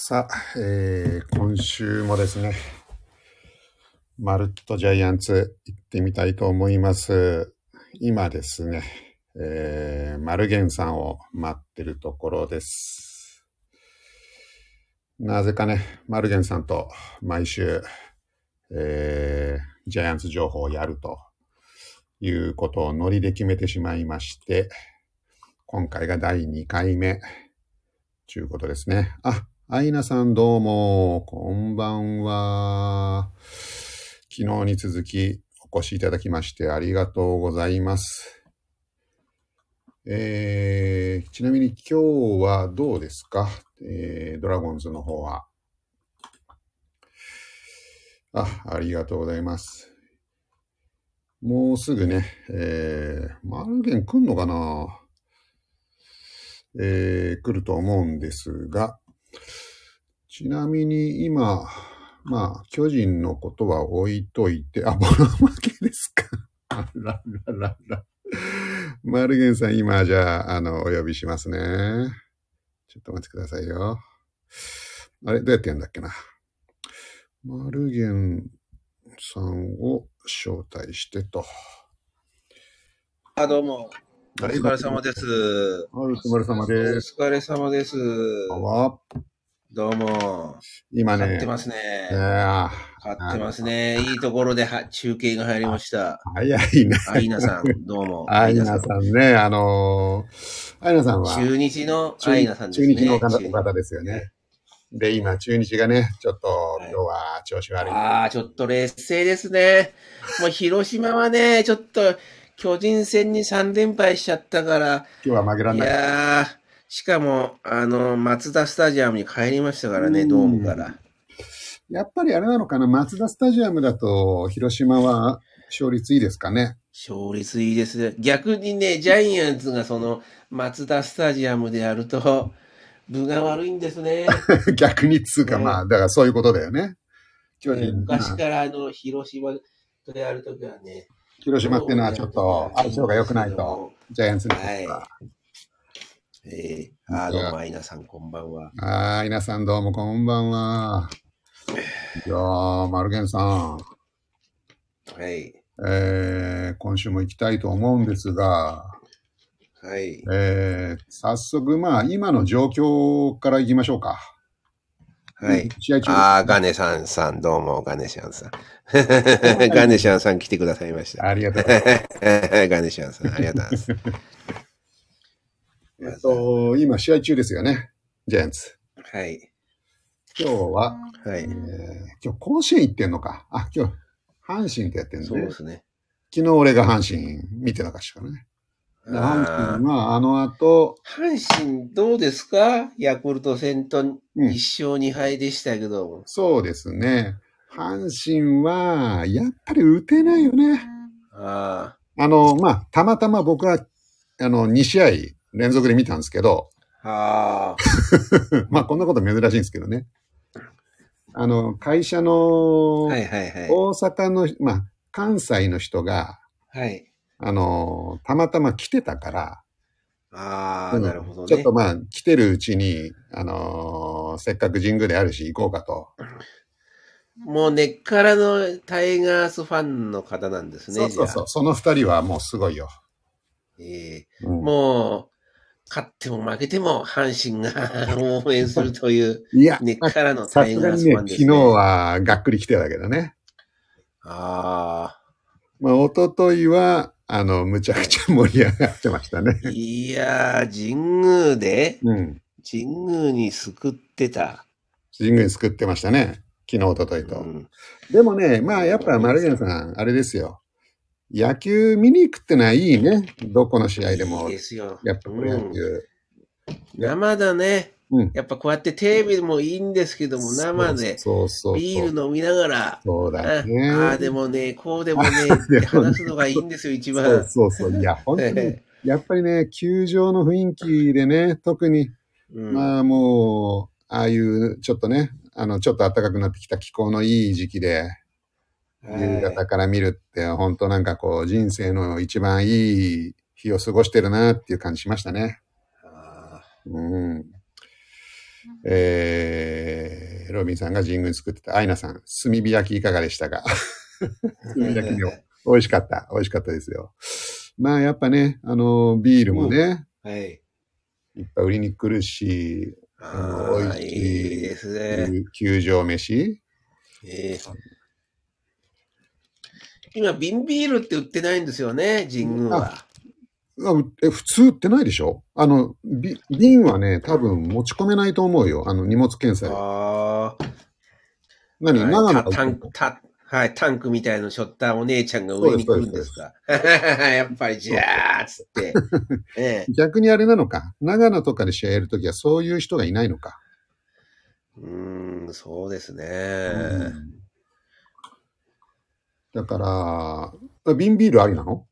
さあ、今週もですね、まるっとジャイアンツ行ってみたいと思います。今ですね、マルゲンさんを待ってるところです。なぜかね、マルゲンさんと毎週、ジャイアンツ情報をやるということをノリで決めてしまいまして、今回が第2回目ということですね。アイナさんどうも、こんばんは。昨日に続きお越しいただきましてありがとうございます。ちなみに今日はどうですか？ドラゴンズの方は。ありがとうございます。もうすぐね、マルゲン来んのかな？来ると思うんですが、ちなみに今、巨人のことは置いといて、ボロ負けですか？あらららら。マルゲンさん、今、じゃあ、お呼びしますね。ちょっと待ってくださいよ。あれ、どうやってやるんだっけな。マルゲンさんを招待してと。 どうも。お疲れ様です。 お疲れ様です。 お疲れ様です。どうも。 今ね。 勝ってますね。勝ってますね。いいところで中継が入りました。 早いね。 アイナさん、どうも。 アイナさんね。アイナさんは。 中日のアイナさんですね。 中日の方ですよね。で、今、中日がね、ちょっと、今日は調子悪い。 ちょっと劣勢ですね。もう広島はね、ちょっと、巨人戦に3連敗しちゃったから。 今日は負けらんない。 いやー、しかも、マツダスタジアムに帰りましたからね、ドームから。 やっぱりあれなのかな、マツダスタジアムだと、広島は勝率いいですかね。 勝率いいです。逆にね、ジャイアンツがその、マツダスタジアムでやると、分が悪いんですね。 逆につうか、だからそういうことだよね。 昔から広島とやるときはね。 広島っていうのはちょっと相性が良くないと、ジャイアンツにとっては。 どうも、アイナさん、こんばんは。 アイナさん、どうも、こんばんは。いやー、マルゲンさん。 はい。 今週も行きたいと思うんですが、 はい。 早速、今の状況から行きましょうか。 はい。試合中ガネシャン、どうも、ガネシャンさん。ガネシャンさん来てくださいました。 ありがとうございます。 ガネシャンさん、ありがとうございます。今、試合中ですよね。ジャイアンツ。 はい。 今日は、 はい。 今日甲子園行ってんのか。今日、阪神ってやってんのね。 そうですね。 昨日俺が阪神見てなかったからね。阪神は後、 阪神どうですか？ヤクルト戦と1勝2敗でしたけど。 そうですね。阪神は、やっぱり打てないよね。たまたま僕は、2試合連続で見たんですけど、こんなこと珍しいんですけどね。会社の、大阪の、関西の人が、たまたま来てたから、 なるほどね。 ちょっと来てるうちに、せっかく神宮であるし行こうかと。 もう根っからのタイガースファンの方なんですね。 そう。その二人はもうすごいよ。 もう、勝っても負けても阪神が応援するという、根っからのタイガースファンですね。 昨日はがっくり来てたけどね。一昨日は、むちゃくちゃ盛り上がってましたね。 いやー、神宮で、神宮に救ってた。 神宮に救ってましたね。昨日、一昨日と。でもね、やっぱマルゲンさん、あれですよ。野球見に行くってのはいいね。どこの試合でも。 いいですよ。 やっぱプロ野球。 生だね。やっぱこうやってテレビでもいいんですけども、生でビール飲みながら、 そうだね。 でもね、こうでもねって話すのがいいんですよ、一番。 そう。いや、本当に、やっぱりね、球場の雰囲気でね、特に、もう、ああいう、ちょっとね、ちょっと暖かくなってきた気候のいい時期で、夕方から見るって、本当なんかこう、人生の一番いい日を過ごしてるなっていう感じしましたね。 ロビンさんが神宮作ってたアイナさん、炭火焼きいかがでしたか？炭火焼きで美味しかった。美味しかったですよ。まあやっぱね、ビールもね、 はい。 いっぱい売りに来るし、美味いいしですね。 い球場飯。 今、瓶ビールって売ってないんですよね、神宮は。 普通売ってないでしょ？瓶はね、多分持ち込めないと思うよ。荷物検査で。何？ はい、 長野はい、タンクみたいの背負ったお姉ちゃんが上に来るんですか？やっぱり、じゃーっつって。 逆にあれなのか。長野とかで試合やるときはそういう人がいないのか。 そうですね。 だから、瓶ビールありなの？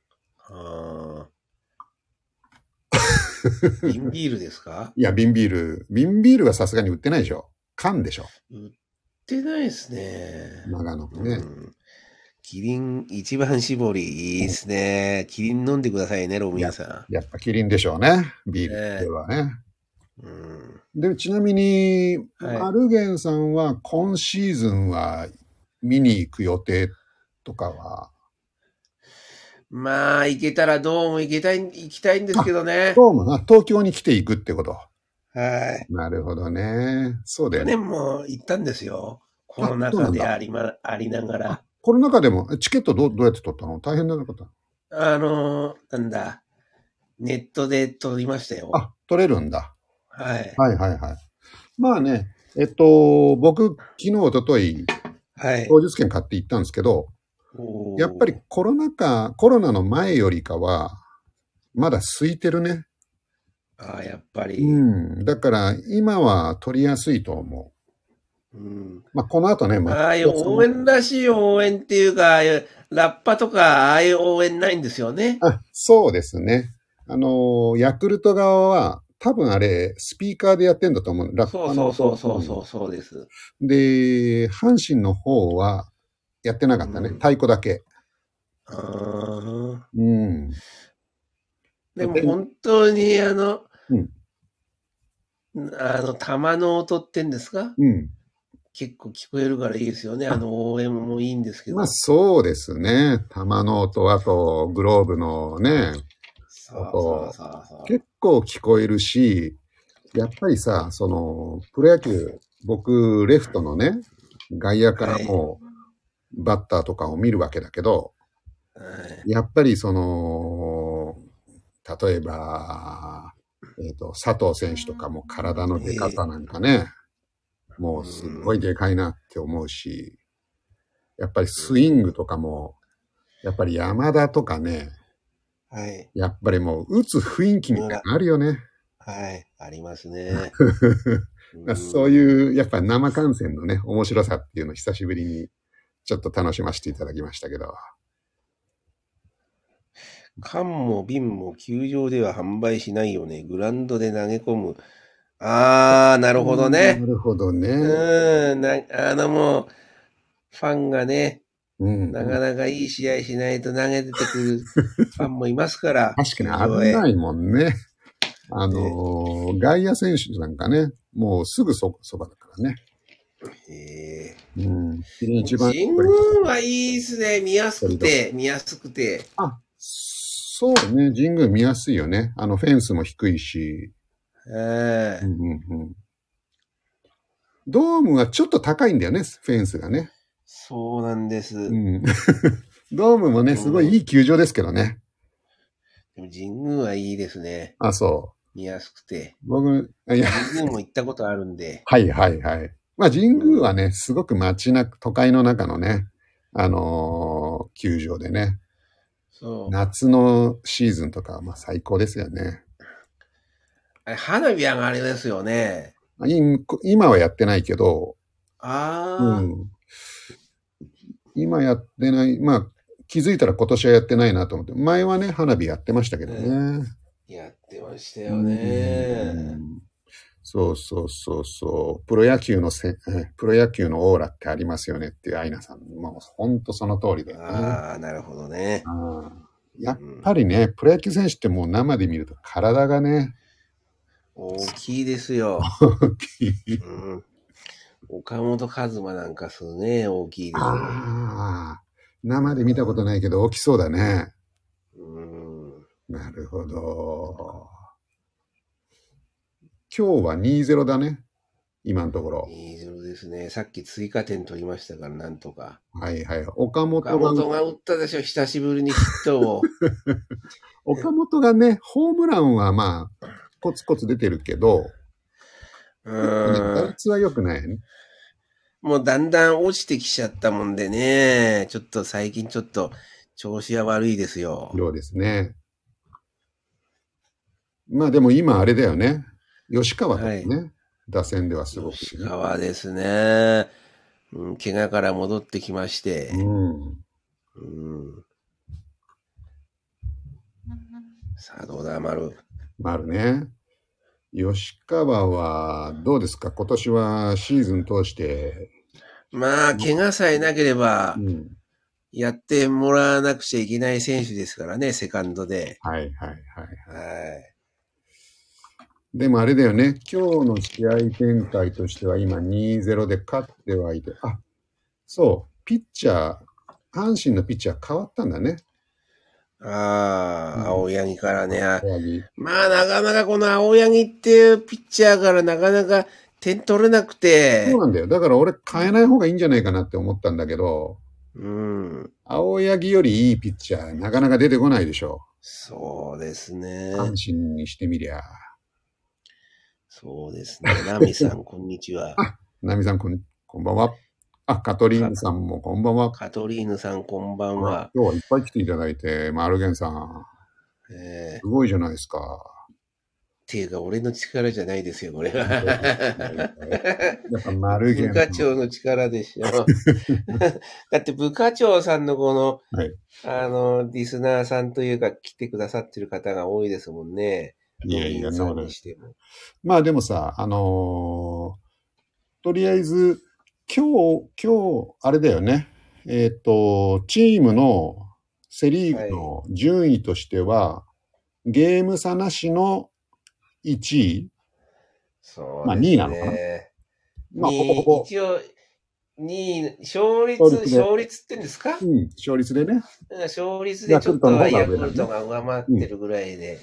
瓶ビールですか？ いや、瓶ビールはさすがに売ってないでしょ。缶でしょ。 売ってないですね。 長野もね。 キリン一番搾り、いいですね。キリン飲んでくださいね、ロビンさん。やっぱキリンでしょうね。ビールではね。で、ちなみに、マルゲンさんは今シーズンは見に行く予定とかは？ まあ、行けたらドーム行きたいんですけどね。 ドームな、東京に来ていくってこと。 はい。 なるほどね。そうだよね。 去年も行ったんですよ。コロナ禍でありながら。 コロナ禍でも、チケットどうやって取ったの？大変なかった？ なんだ。ネットで取りましたよ。 取れるんだ。 はい。 はいはいはい。まあね、僕、昨日、おととい、当日券買って行ったんですけど、やっぱりコロナの前よりかは、まだ空いてるね。 やっぱり。 だから、今は取りやすいと思う。まあ、この後ね、 応援らしい応援っていうか、ラッパとか、ああいう応援ないんですよね。 そうですね。ヤクルト側は、多分あれ、スピーカーでやってんだと思う。ラッパの。 そうです。 で、阪神の方は、やってなかったね。太鼓だけ。 でも本当に玉の音ってんですか？結構聞こえるからいいですよね。応援もいいんですけど。 まあそうですね。玉の音、あと、グローブのね。結構聞こえるし、やっぱりさ、プロ野球、僕、レフトのね、外野からもバッターとかを見るわけだけど、やっぱり例えば、佐藤選手とかも体の出方なんかね、もうすごいでかいなって思うし、やっぱりスイングとかも、やっぱり山田とかね、やっぱりもう打つ雰囲気みたいなのあるよね。 ありますね。 そういう、やっぱ生観戦のね、面白さっていうのを久しぶりにちょっと楽しませていただきましたけど。 缶も瓶も球場では販売しないよね。グラウンドで投げ込む。なるほどね。 なるほどね。 もう、ファンがね、なかなかいい試合しないと投げ出てくるファンもいますから。 確かに危ないもんね。外野選手なんかね、もうすぐそばだからね。 一番。神宮はいいですね。見やすくて。 そうね。神宮見やすいよね。フェンスも低いし。ドームはちょっと高いんだよね、フェンスがね。 そうなんです。 ドームもね、すごいいい球場ですけどね。 でも神宮はいいですね。 そう。 見やすくて。 神宮も行ったことあるんで。 はい。まあ神宮はね、すごく都会の中のね、球場でね。夏のシーズンとかはまあ最高ですよね。 花火あれですよね。 今はやってないけど。今やってない。まあ気づいたら今年はやってないなと思って。前はね、花火やってましたけどね。 やってましたよね。 そう。プロ野球のオーラってありますよねっていうアイナさん。もう本当その通りで、ね。 なるほどね。 やっぱりね、プロ野球選手ってもう生で見ると体がね。 大きいですよ。 岡本和真なんかすね、大きいですよ。 ああ、生で見たことないけど大きそうだね。なるほど。今日は 2-0 だね。今のところ。 2-0ですね。さっき追加点取りましたから、なんとか。 はいはい。岡本が打ったでしょ、久しぶりにヒットを。 岡本がね、ホームランはまあ、コツコツ出てるけど、打率は良くないね。 もうだんだん落ちてきちゃったもんでね、ちょっと最近ちょっと調子は悪いですよ。 そうですね。まあでも今あれだよね。吉川とかね、はい、打線ではすごく、ね。 吉川ですね。怪我から戻ってきまして。さあどうだ、丸。 丸ね。吉川はどうですか？今年はシーズン通して。 まあ、怪我さえなければ、やってもらわなくちゃいけない選手ですからね、セカンドで。 はいはいはい。はい。でもあれだよね、今日の試合展開としては今 2-0 で勝ってはいて、あ、そう、ピッチャー、阪神のピッチャー変わったんだね。 青柳からね。まあ、なかなかこの青柳っていうピッチャーからなかなか点取れなくて。 そうなんだよ。だから俺変えない方がいいんじゃないかなって思ったんだけど、青柳よりいいピッチャーなかなか出てこないでしょ。 そうですね。 阪神にしてみりゃ。 そうですね。ナミさん、こんにちは。 ナミさん、こんばんは。カトリーヌさんもこんばんは。 カトリーヌさん、こんばんは。 今日はいっぱい来ていただいて、マルゲンさん。すごいじゃないですか。 っていうか、俺の力じゃないですよ、これは。やっぱマルゲン。部課長の力でしょ。だって部課長さんのこの、はい、リスナーさんというか、来てくださってる方が多いですもんね。 いやいや、そうです。まあでもさ、とりあえず、今日、あれだよね。チームのセリーグの順位としては、はい、ゲーム差なしの1位。 そうですね。まあ2位なのかな。まあ、ほぼ。一応、2位、勝率ってんですか？ 勝率でね。 勝率でちょっとヤクルトが上回ってるぐらいで。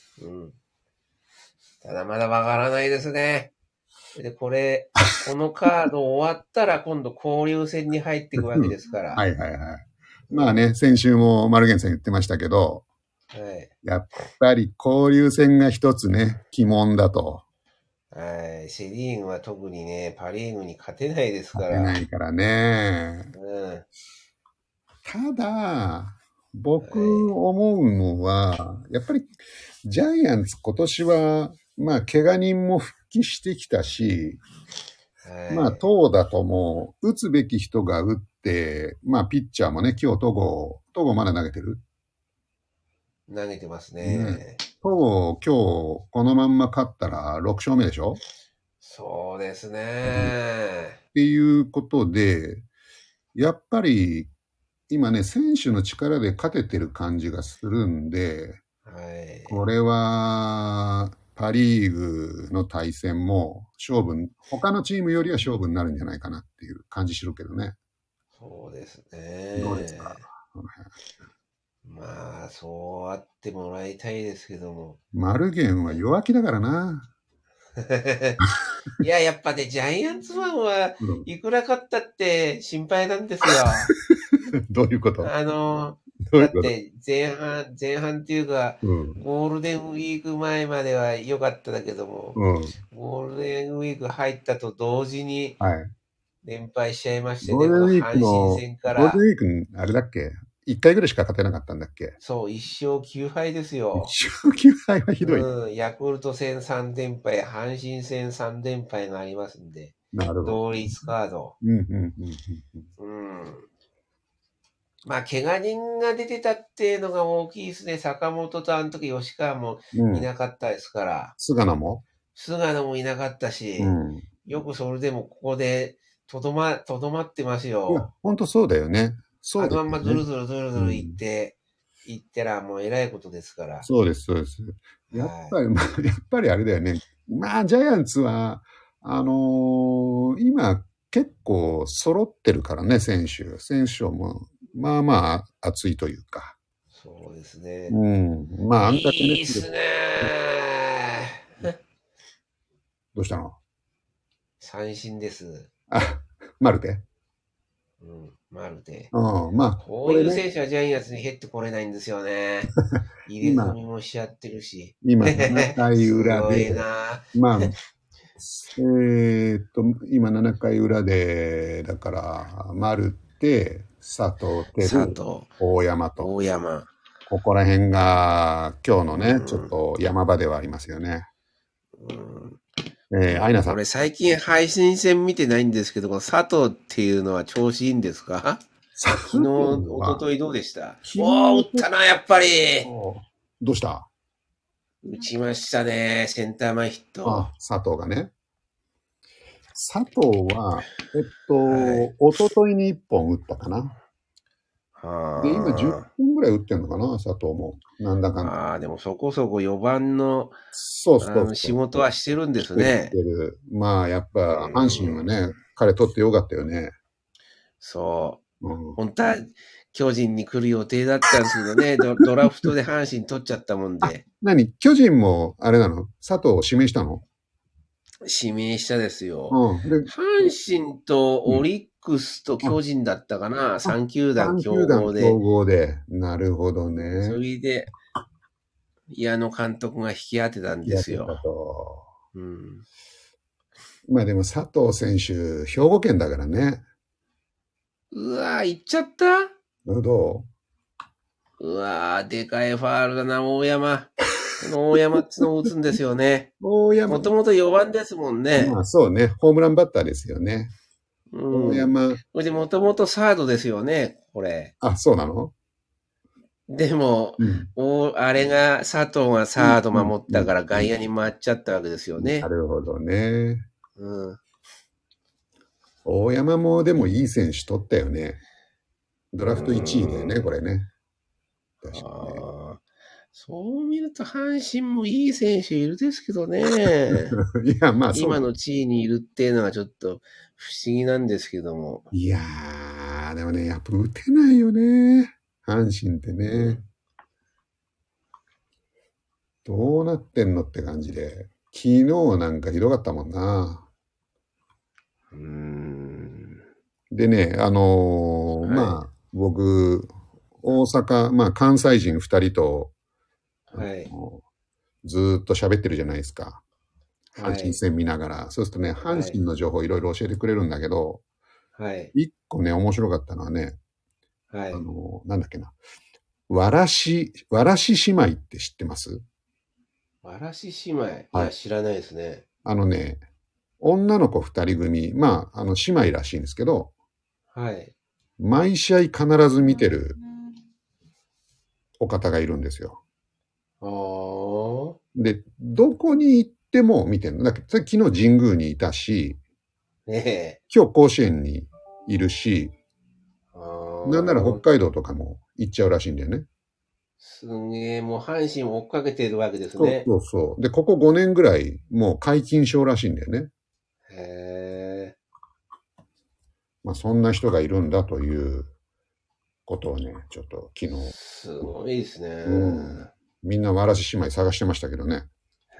ただまだわからないですね。で、このカード終わったら今度交流戦に入っていくわけですから。 はいはいはい。まあね、先週も丸源さん言ってましたけど、はい、やっぱり交流戦が一つね、鬼門だと。 はい。セリーグは特にね、パリーグに勝てないですから。 勝てないからね。ただ、僕思うのは、やっぱりジャイアンツ今年は、まあ、怪我人も復帰してきたし、まあ、投打とも、打つべき人が打って、まあ、ピッチャーもね、今日戸郷まだ投げてる？ 投げてますね。 戸郷、今日、このまんま勝ったら6勝目でしょ？ そうですね。 っていうことで、やっぱり、今ね、選手の力で勝ててる感じがするんで、はい、これは、パリーグの対戦も他のチームよりは勝負になるんじゃないかなっていう感じするけどね。 そうですね。 どうですか？ まあ、そうあってもらいたいですけども。 マルゲンは弱気だからな。 いや、やっぱね、ジャイアンツファンはいくら勝ったって心配なんですよ。 どういうこと？ だって前半っていうか、ゴールデンウィーク前までは良かっただけども、ゴールデンウィーク入ったと同時に連敗しちゃいましてね、阪神戦から。 ゴールデンウィークあれだっけ？1回ぐらいしか勝てなかったんだっけ？ そう、1勝9敗ですよ。 1勝9敗はひどい。 ヤクルト戦3連敗、阪神戦3連敗がありますんで。なるほど。同率カード。まあ、怪我人が出てたっていうのが大きいですね。坂本とあの時吉川もいなかったですから。 菅野もいなかったし、よくそれでもここでとどまってますよ。いや、 ほんとそうだよね。 そうですね。あのまんまずるずるいったらもう偉いことですから。 そうです、そうです。やっぱりあれだよね。まあ、ジャイアンツは、今、 結構揃ってるからね、選手はもう、まあまあ熱いというか。 そうですね。 うん。まあ、あんだけね。 いいっすね。 どうしたの？ 三振です。 あ、マルテ？ うん、マルテ。 まあ、 こういう選手はジャイアンツに減ってこれないんですよね。入れ墨もしちゃってるし。 今7回裏で、 すごいな。 まあ、今7回裏で、だから、マルテ、佐藤輝、大山と。 大山。 ここら辺が今日のね、ちょっと山場ではありますよね。アイナさん。 俺最近配信戦見てないんですけど、佐藤っていうのは調子いいんですか？昨日、一昨日どうでした？おー、打ったな、やっぱり。 どうした？ 打ちましたね、センター前ヒット。 佐藤がね。佐藤は、一昨日に1本打ったかな。で、今10本ぐらい打ってんのかな、佐藤も。なんだかんだ。 でもそこそこ4番の、仕事はしてるんですね。 してる。まあ、やっぱ、阪神はね、彼取ってよかったよね。 そう。本当は、巨人に来る予定だったんですけどね、ドラフトで阪神取っちゃったもんで。 巨人も、あれなの？佐藤を指名したの？ 指名したですよ。阪神とオリックスと巨人だったかな、3球団競合で。 競合で。なるほどね。 それで、矢野監督が引き当てたんですよ。 まあでも佐藤選手、兵庫県だからね。 うわぁ、行っちゃった？ どうわぁ、でかいファールだな、大山。この大山っつのを打つんですよね。もともと4番ですもんね。 まあそうね、ホームランバッターですよね。大山。 これでもともとサードですよね、これ。 そうなの？ でも、あれが、佐藤がサード守ったから外野に回っちゃったわけですよね。 なるほどね。大山もでもいい選手取ったよね。ドラフト1位だよね、これね。 確かに。そう見ると阪神もいい選手いるですけどね。 いや、まあ今の地位にいるっていうのはちょっと不思議なんですけども。 いやー、でもね、やっぱ打てないよね。阪神ってね。どうなってんのって感じで。昨日なんかひどかったもんな。でね、まあ、僕、大阪、まあ、関西人2人と、ずーっと喋ってるじゃないですか。阪神戦見ながら。そうするとね、阪神の情報いろいろ教えてくれるんだけど、一個ね、面白かったのはね、なんだっけな。わらし姉妹って知ってます？ わらし姉妹？いや、知らないですね。 女の子2人組、まあ、姉妹らしいんですけど、毎試合必ず見てるお方がいるんですよ。で、どこに行っても見てるの。だ昨日神宮にいたし、今日甲子園にいるし、なんなら北海道とかも行っちゃうらしいんだよね。 すげえ、もう阪神を追っかけてるわけですね。 そう。で、ここ5年ぐらい、もう解禁賞らしいんだよね。まあ、そんな人がいるんだということをね、ちょっと昨日。 すごいですね。 みんなわらし姉妹探してましたけどね。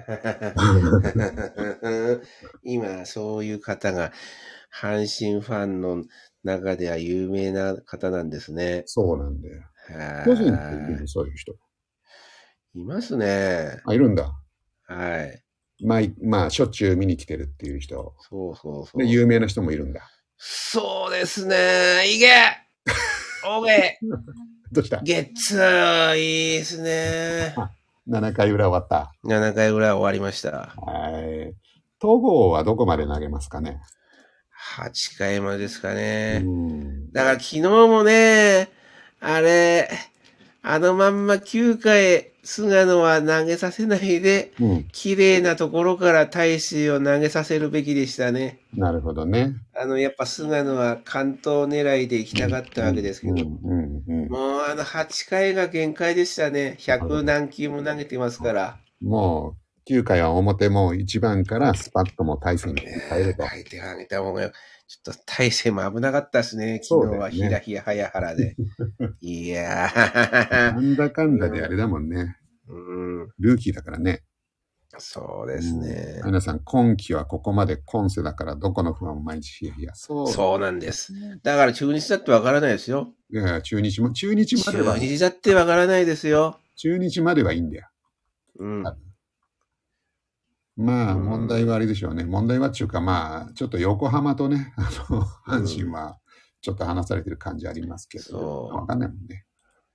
今、そういう方が、阪神ファンの中では有名な方なんですね。 そうなんだよ。巨人っているの？そういう人。 いますね。 いるんだ。 はい。 まあ、しょっちゅう見に来てるっていう人。 そう。 で、有名な人もいるんだ。 そうですね。いけオーケーどうした？ ゲッツーいいですね。 7回裏終わった。 7回裏終わりました。 戸郷はどこまで投げますかね ？8回までですかね。だから昨日もね、あのまんま9回、菅野は投げさせないで、綺麗なところから大勢を投げさせるべきでしたね。 なるほどね。 やっぱ菅野は関東狙いで行きたかったわけですけど、もう8回が限界でしたね。100何球も投げてますから。 もう、9回は表も1番からスパッとも大勢に変えると。 変えてあげた方がちょっと体勢も危なかったですね。昨日はひらひらはやはらで。いやー。 なんだかんだであれだもんね。ルーキーだからね。 そうですね。 皆さん、今期はここまで今世だからどこの不安も毎日ヒヤヒヤ。 そうなんです。だから中日だってわからないですよ。 いや、中日までは。 中日だってわからないですよ。 中日まではいいんだよ。まあ、問題はあれでしょうね。問題はっていうか、まあ、ちょっと横浜とね、阪神はちょっと離されてる感じありますけど、わかんないもんね。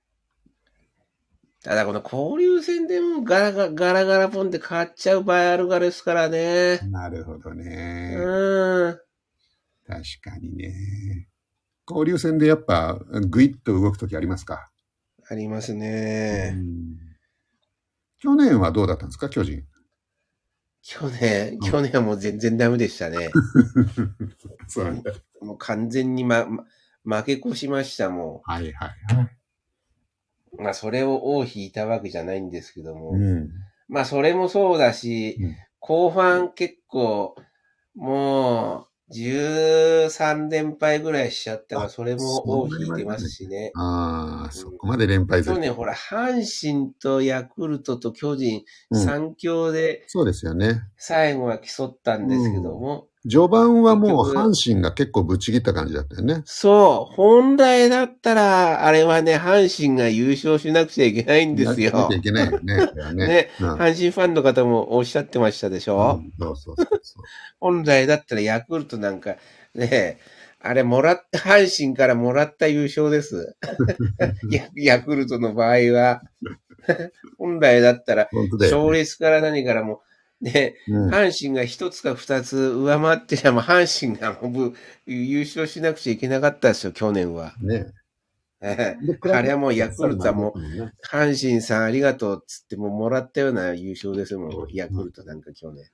ただこの交流戦でもガラガラポンって変わっちゃう場合あるからですからね。 なるほどね。確かにね。交流戦でやっぱグイッと動くときありますか？ ありますね。 去年はどうだったんですか、巨人？ 去年はもう全然ダメでしたね。 そうなんだ。 もう完全に負け越しましたもん。 はいはいはい。 まあそれを尾を引いたわけじゃないんですけども。まあそれもそうだし、後半結構もう13連敗ぐらいしちゃったらそれも尾を引いてますしね。 そこまで連敗去年ほら、阪神とヤクルトと巨人、3強で、 そうですよね。 最後は競ったんですけども。 序盤はもう阪神が結構ぶっちぎった感じだったよね。 そう。本来だったら、あれはね、阪神が優勝しなくちゃいけないんですよ。 しなきゃいけないよね。 ね、阪神ファンの方もおっしゃってましたでしょ。 そう。 本来だったらヤクルトなんか、ね、あれ阪神からもらった優勝です。ヤクルトの場合は。本来だったら、勝率から何からも、ね、阪神が一つか二つ上回ってりゃ、阪神が優勝しなくちゃいけなかったですよ、去年は。 ね。 あれはもうヤクルトはもう、阪神さんありがとうっつってもらったような優勝ですもん、ヤクルトなんか去年。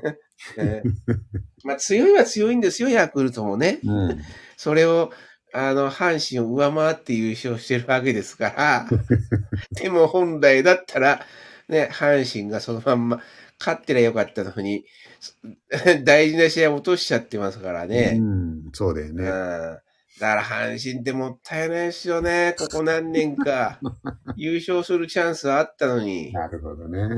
まあ強いは強いんですよ、ヤクルトもね。それを、阪神を上回って優勝してるわけですから。でも本来だったら、ね、阪神がそのまんま勝ってりゃよかったのに、大事な試合落としちゃってますからね。 そうだよね。 だから阪神ってもったいないですよね、ここ何年か。優勝するチャンスあったのに。 なるほどね。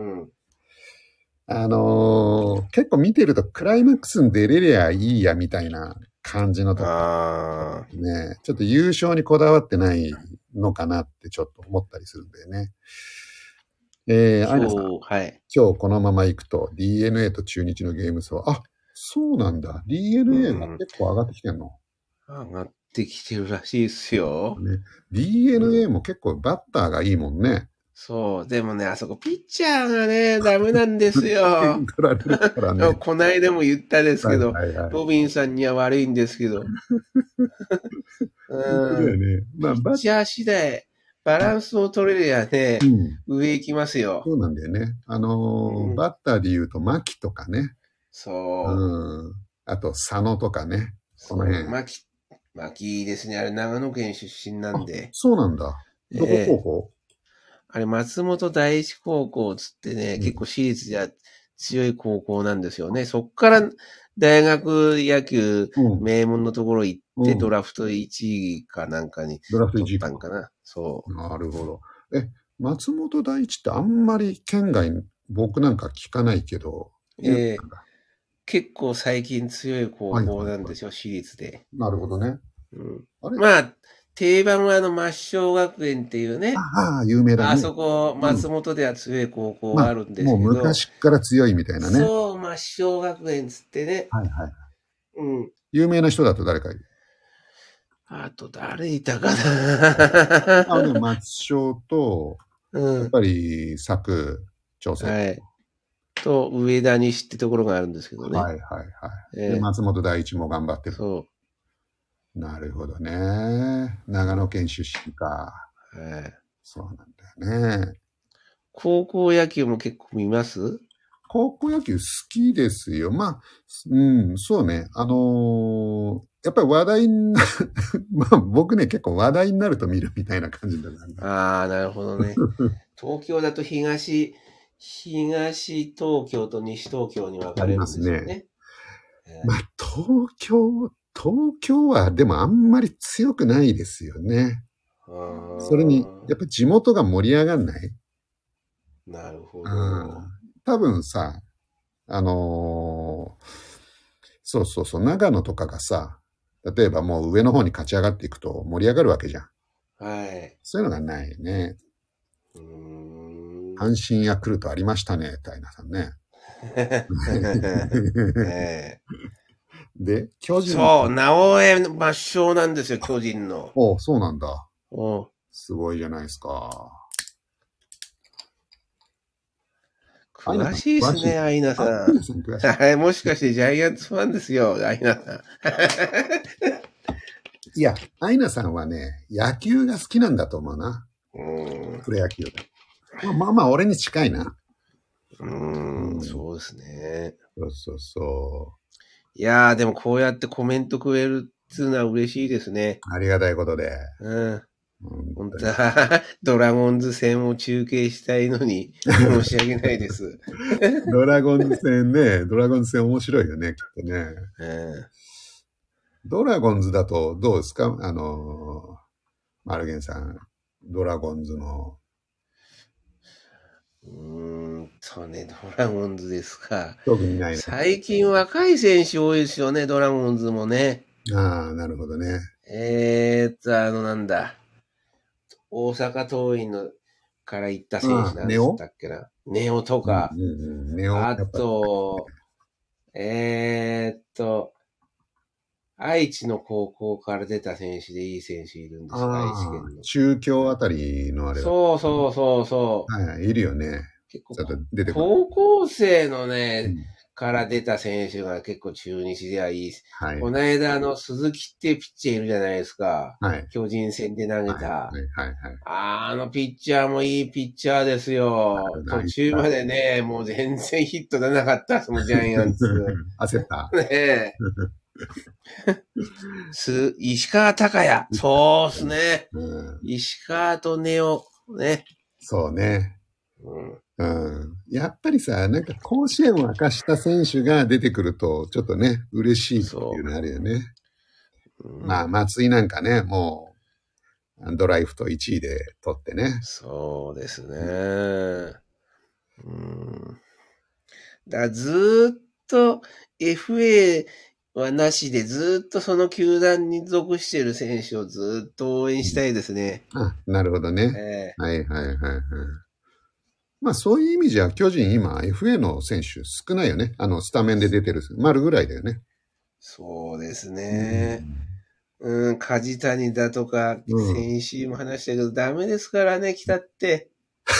結構見てるとクライマックスに出れりゃいいやみたいな感じのとこね、ちょっと優勝にこだわってないのかなってちょっと思ったりするんだよね。アイナさん、今日このまま行くと DNA と中日のゲーム差、そうなんだ。DNA が結構上がってきてんの？ 上がってきてるらしいですよ。 DNA も結構バッターがいいもんね。 そう。でもね、あそこピッチャーがね、ダメなんですよ。 取られるからね。 こないだも言ったですけど、ロビンさんには悪いんですけど。 ピッチャー次第、バランスを取れりゃね、上行きますよ。 そうなんだよね。バッターで言うと、牧とかね。 そう。 あと、佐野とかね。この辺。 牧ですね。あれ、長野県出身なんで。 そうなんだ。どこ高校？ あれ、松本第一高校つってね、結構私立じゃ強い高校なんですよね。そっから大学野球、名門のところ行って、ドラフト1位かなんかに取ったんかな。そう。 なるほど。松本第一ってあんまり県外、僕なんか聞かないけど。 結構最近強い高校なんですよ、私立で。 なるほどね。 まあ、定番は抹消学園っていうね。 有名だね。 あそこ、松本では強い高校があるんですけど。 もう昔から強いみたいなね。 そう、抹消学園つってね。 有名な人だと誰かいる？ あと誰いたかな。 松消と、やっぱり佐久長聖。 と、上田西ってところがあるんですけどね。 松本第一も頑張ってる。 そう。 なるほどね。長野県出身か。そうなんだよね。 高校野球も結構見ます？ 高校野球好きですよ。そうね。やっぱり話題になる、僕ね、結構話題になると見るみたいな感じだな。なるほどね。東京だと東東京と西東京に分かれるんですよね。 まあ、東京はでもあんまり強くないですよね。それに、やっぱ地元が盛り上がんない？ なるほど。 多分さ、そうそうそう、長野とかがさ、例えばもう上の方に勝ち上がっていくと盛り上がるわけじゃん。 はい。 そういうのがないね。阪神ヤクルトありましたね、タイナさんね。で、巨人。 そう、直江抹消なんですよ、巨人の。 おそうなんだ。すごいじゃないですか。 詳しいですね、アイナさん。はい、もしかしてジャイアンツファンですよ、アイナさん。 いや、アイナさんはね、野球が好きなんだと思うな。プロ野球が。まあまあ、俺に近いな。 そうですね。 そう。 いやー、でもこうやってコメントくれるっていうのは嬉しいですね。 ありがたいことで。 本当は、ドラゴンズ戦を中継したいのに申し訳ないです。 ドラゴンズ戦ね、ドラゴンズ戦面白いよね、きっとね。ドラゴンズだとどうですか？マルゲンさん、ドラゴンズの。 ドラゴンズですか。 特にないね。 最近若い選手多いですよね、ドラゴンズもね。 ああ、なるほどね。 なんだ。大阪桐蔭のから行った選手なんつったっけな。ネオとか。 ネオ。 あと、愛知の高校から出た選手でいい選手いるんですよ、愛知県の。 中京あたりのあれだ。 そう。 はい、いるよね。 結構出てくる。高校生のね、から出た選手が結構中日ではいい。はい、この間鈴木ってピッチャーいるじゃないですか。はい、巨人戦で投げた。あのピッチャーもいいピッチャーですよ。途中までね、もう全然ヒット出なかった、そのジャイアンツ。 焦った。 ねえ。石川昂弥。そうっすね。石川とネオ。ね。 そうね。やっぱりさ、なんか甲子園を明かした選手が出てくると、ちょっとね、嬉しいっていうのあるよね。まあ、松井なんかね、もう、ドライフト1位で取ってね。 そうですね。だからずっと FA はなしで、ずっとその球団に属している選手をずっと応援したいですね。 なるほどね。はい。まあそういう意味じゃ、巨人今 FA の選手少ないよね。スタメンで出てる。丸ぐらいだよね。 そうですね。梶谷だとか、先週も話したけど、ダメですからね、来たって。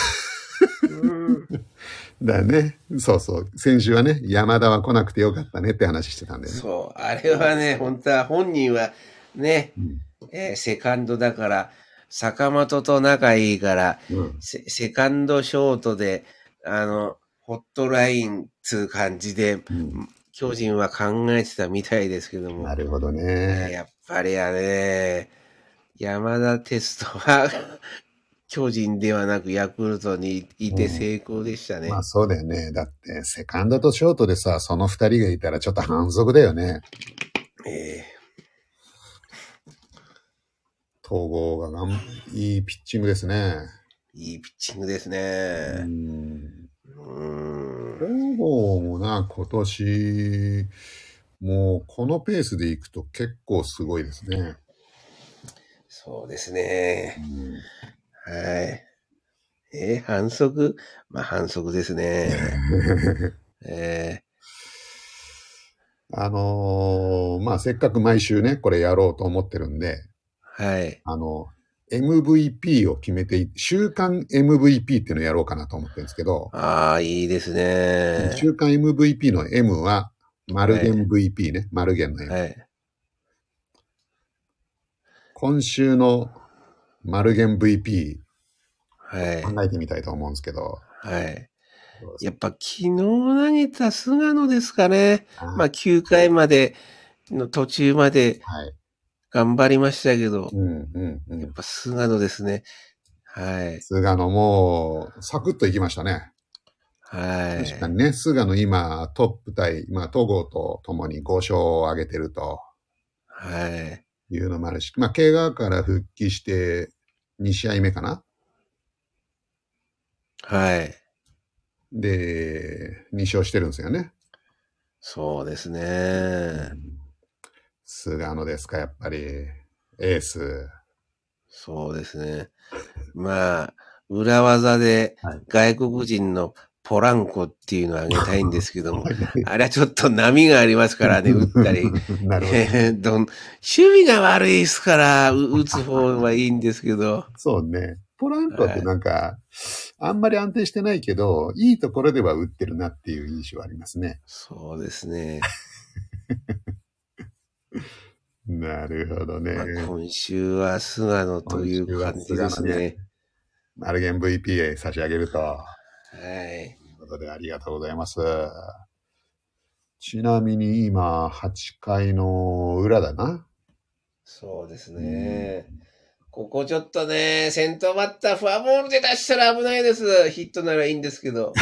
だね。そうそう。先週はね、山田は来なくてよかったねって話してたんだよね。 そう。あれはね、本当は本人はね、セカンドだから、坂本と仲いいから、セカンドショートで、ホットラインつう感じで、巨人は考えてたみたいですけども。 なるほどね。 やっぱり山田テストは巨人ではなくヤクルトにいて成功でしたね。 まあそうだよね。だって、セカンドとショートでさ、その二人がいたらちょっと反則だよね。統合がいいピッチングですね。 いいピッチングですね。 統合もな、今年、もうこのペースでいくと結構すごいですね。 そうですね。はい。反則？まあ反則ですね。 まあせっかく毎週ね、これやろうと思ってるんで、 はい。 MVP を決めて、週間 MVP っていうのをやろうかなと思ってるんですけど。 ああ、いいですね。 週間 MVP の M は、マルゲン VP ね。マルゲンの M。はい。今週のマルゲン VP、はい、考えてみたいと思うんですけど。 はい。やっぱ昨日投げた菅野ですかね。まあ9回までの途中まで頑張りましたけど、やっぱ菅野ですね。はい。 菅野もサクッといきましたね。 はい。 確かにね、菅野今トップ対、まあ、戸郷と共に5勝を挙げてると。 はい。 いうのもあるし、まあ、怪我から復帰して2試合目かな。 はい。 で、2勝してるんですよね。 そうですね。 菅野ですか、やっぱり。エース。 そうですね。まあ、裏技で外国人のポランコっていうのをあげたいんですけども、あれはちょっと波がありますからね、打ったり。 なるほど。 守備が悪いですから、打つ方はいいんですけど。 そうね。ポランコってなんか、あんまり安定してないけど、いいところでは打ってるなっていう印象はありますね。 そうですね。 なるほどね。 まあ、今週は菅野という感じですね。 マルゲン VPA 差し上げると。 はい。 ということでありがとうございます。ちなみに今、8回の裏だな。 そうですね。ここちょっとね、先頭バッターフォアボールで出したら危ないです。ヒットならいいんですけど。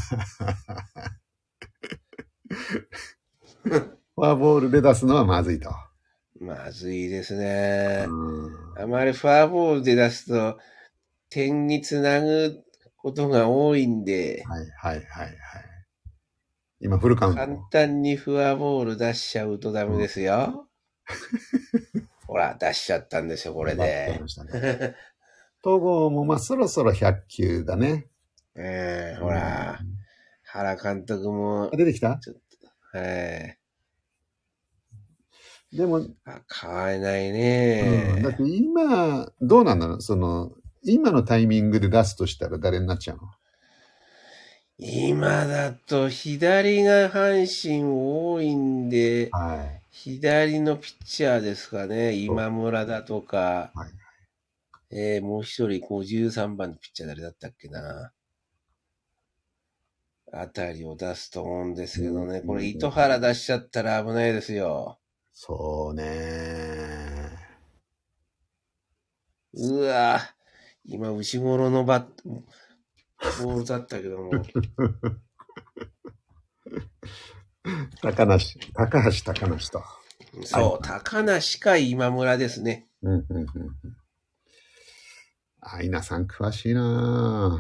フォアボールで出すのはまずいと。 まずいですね。あまりフォアボールで出すと、点につなぐことが多いんで。 はいはいはいはい。今フルカウント。 簡単にフォアボール出しちゃうとダメですよ。ほら、出しちゃったんですよ、これで。 戸郷もまあそろそろ100球だね。 ほら、原監督も。 出てきた？ ちょっと、はい。 でも、 変われないね。 だって今、どうなんだろう、今のタイミングで出すとしたら誰になっちゃうの？ 今だと左が阪神多いんで、左のピッチャーですかね。今村だとか、もう一人53番のピッチャー誰だったっけな。あたりを出すと思うんですけどね。これ糸原出しちゃったら危ないですよ。 そうね。 うわぁ、今内頃のボールだったけども。 高橋と。 そう、高梨か今村ですね。 アイナさん詳しいな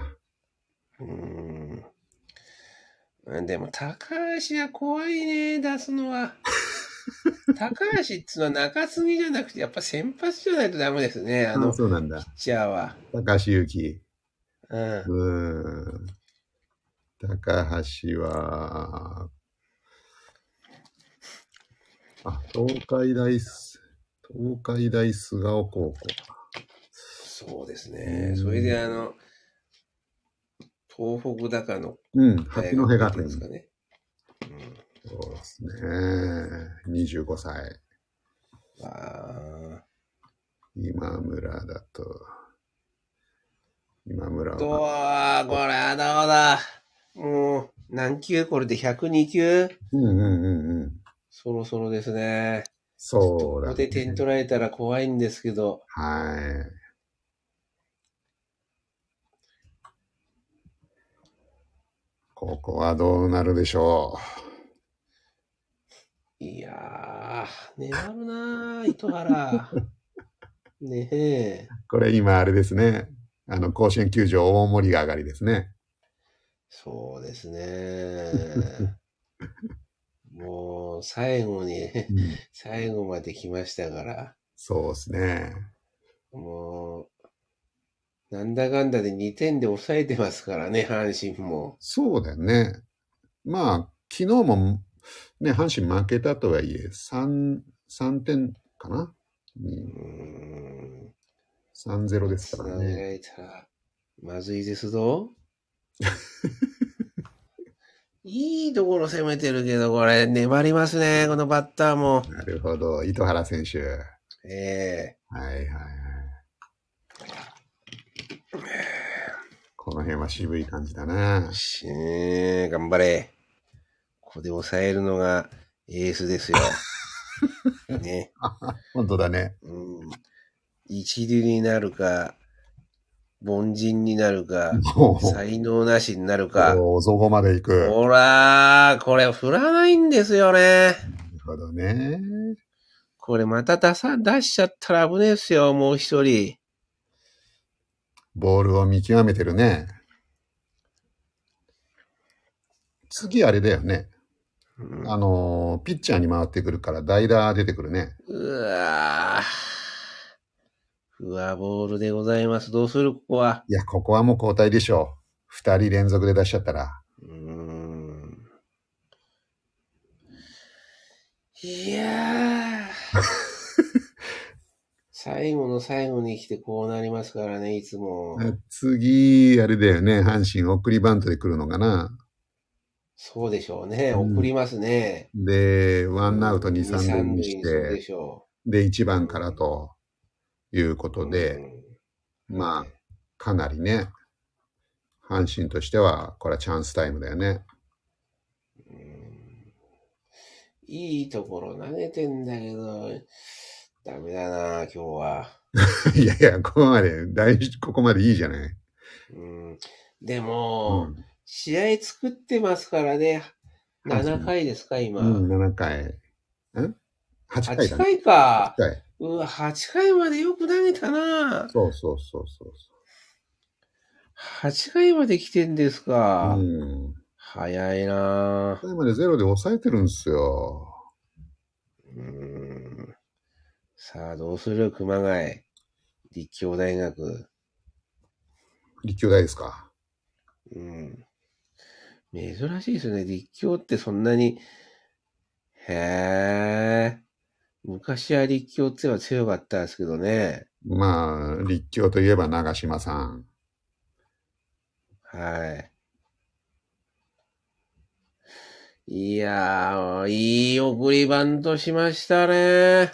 でも高橋は怖いね、出すのは。高橋っていうのは中継ぎじゃなくて、やっぱ先発じゃないとダメですね。 そうなんだ。 ピッチャーは。 高橋優希。高橋は、東海大菅生高校か。 そうですね。それで東北高の八戸学院ですかね。 そうですね。25歳。今村は。 これはどうだ。もう、何球これで102球そろそろですね。 そうだね。 ここで点取られたら怖いんですけど。 はい。ここはどうなるでしょう。いやー、粘るなー、糸原。ねえ。 これ今あれですね。甲子園球場大盛り上がりですね。 そうですね。もう、最後に、最後まで来ましたから。 そうですね。 もう、なんだかんだで2点で抑えてますからね、阪神も。 そうだよね。まあ、昨日もね、阪神負けたとはいえ、3点かな。3-0ですからね。 つなげられたら、まずいですぞ。いいところ攻めてるけど、これ、粘りますね、このバッターも。 なるほど。糸原選手。はいはいはい。この辺は渋い感じだな。 頑張れ。ここで抑えるのがエースですよ。ね。 本当だね。 一流になるか、 凡人になるか、才能なしになるか。 そこまで行く。 ほらー、これ振らないんですよね。 なるほどね。 これまた出しちゃったら危ねえですよ、もう一人。 ボールを見極めてるね。次あれだよね。ピッチャーに回ってくるから代打出てくるね。 うわぁ。フォアボールでございます。どうするここは。 いや、ここはもう交代でしょう。2人連続で出しちゃったら。 いやー。最後の最後に来てこうなりますからね、いつも。 次、あれだよね。阪神送りバントで来るのかな。 そうでしょうね。送りますね。 で、ワンアウト2、3塁にして、で、1番からということで、まあ、かなりね、阪神としては、これはチャンスタイムだよね。 いいところ投げてんだけど、ダメだな、今日は。 いやいや、ここまでいいじゃない。 でも、試合作ってますからね。7回ですか、今。 7回。8回だね。 8回か。うわ、8回までよく投げたな。 そう。 8回まで来てんですか。早いな。 8回までゼロで抑えてるんですよ。 さあ、どうする熊谷。立教大学。 立教大ですか。 珍しいですよね。立教ってそんなに。へえ。昔は立教っては強かったですけどね。 まあ、立教といえば長嶋さん。 はい。いやー、いい送りバントしましたね。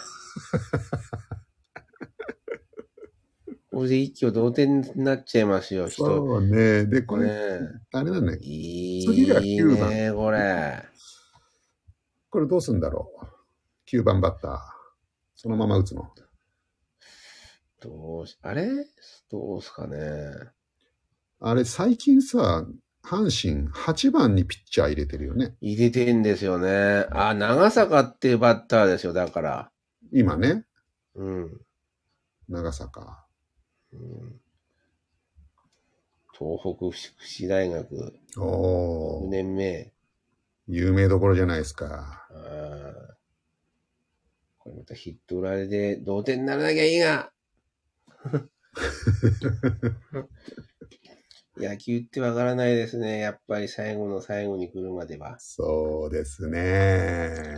これで一挙同点になっちゃいますよ、 そうね。で、これ、あれなんだよ。次が9番。 いいね、これ。 これどうすんだろう。9番バッター。そのまま打つの。 あれどうすかね。 あれ、最近さ、阪神8番にピッチャー入れてるよね。 入れてんですよね。長坂っていうバッターですよ、だから。 今ね。長坂。 東北福祉大学。6年目。 有名どころじゃないですか。 これまたヒット売られで同点にならなきゃいいが。野球ってわからないですね。やっぱり最後の最後に来るまでは。 そうですね。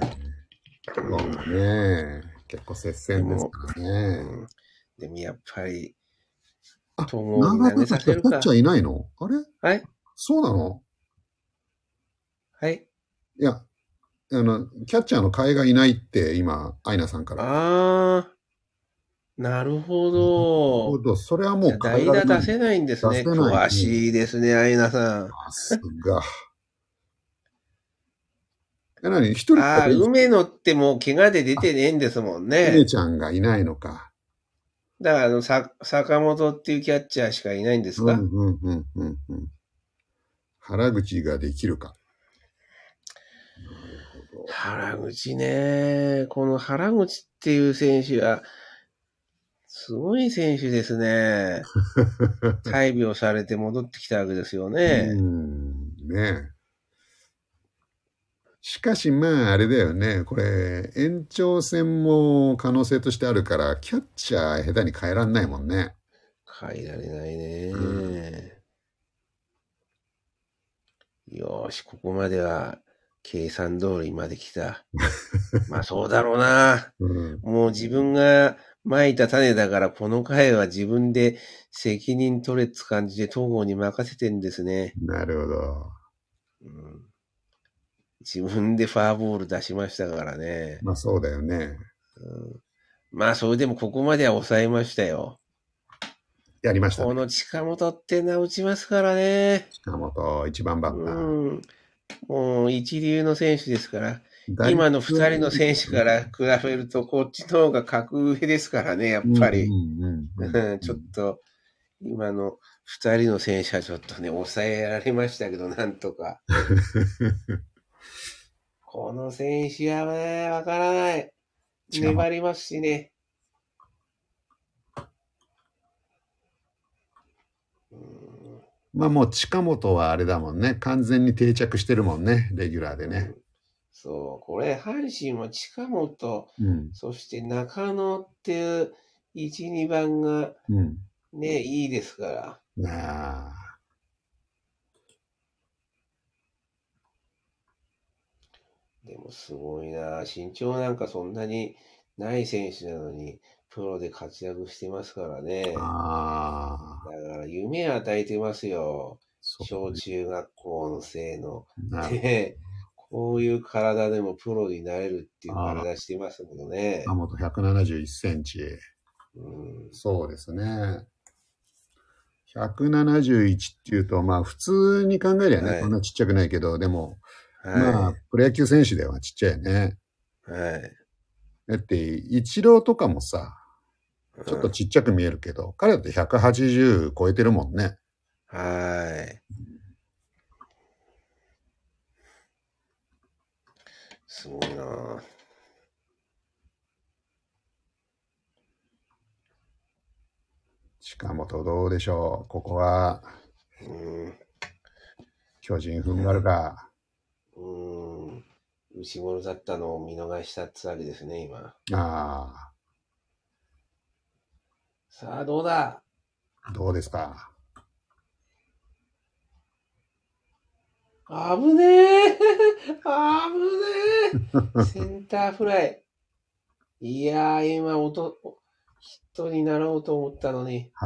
結構接戦ですからね。 でもやっぱり、 長田さん、キャッチャーいないの？あれ？ はい？ そうなの？ はい。 いや、キャッチャーの替えがいないって今、アイナさんから。 なるほど。 それはもう代打出せないんですね。詳しいですね、アイナさん。 さすが。一人梅野ってもう怪我で出てねえんですもんね。 梅ちゃんがいないのか。 だから坂本っていうキャッチャーしかいないんですか？ 原口ができるか。 原口ね。この原口っていう選手は、すごい選手ですね。大病されて戻ってきたわけですよね。 ねえ。しかしまああれだよね。これ延長戦も可能性としてあるからキャッチャー下手に変えらんないもんね。 変えられないね。よし、ここまでは計算通りまで来た。まあそうだろうな。もう自分が蒔いた種だからこの回は自分で責任取れって感じで東郷に任せてんですね。 なるほど。 自分でファーボール出しましたからね。 まあそうだよね。 まあそれでもここまでは抑えましたよ。 やりましたね。 この近本ってのは打ちますからね。 近本、1番バッター。 もう一流の選手ですから。今の2人の選手から比べるとこっちの方が格上ですからね、やっぱり。ちょっと今の2人の選手はちょっとね、抑えられましたけど、なんとか。この選手はね、わからない。粘りますしね。 まあもう近本はあれだもんね。完全に定着してるもんね。レギュラーでね。 そう、これ、阪神も近本、そして中野っていう1、2番がね、いいですから。でもすごいな。身長なんかそんなにない選手なのに、プロで活躍してますからね。だから夢与えてますよ。小中学校の生の。で、こういう体でもプロになれるっていう体してますもんね。 近本171センチ。そうですね。171っていうと、まあ普通に考えりゃね、こんなちっちゃくないけど、でも、まあ、プロ野球選手ではちっちゃいよね。だって、イチローとかもさ、ちょっとちっちゃく見えるけど、彼だって180超えてるもんね。 すごいな。 近本どうでしょう。ここは、巨人踏ん張るか。 内物だったのを見逃したってわけですね、今。さあ、どうだ？ どうですか？ 危ねえ危ねえセンターフライ。いやー、今、ヒットになろうと思ったのに。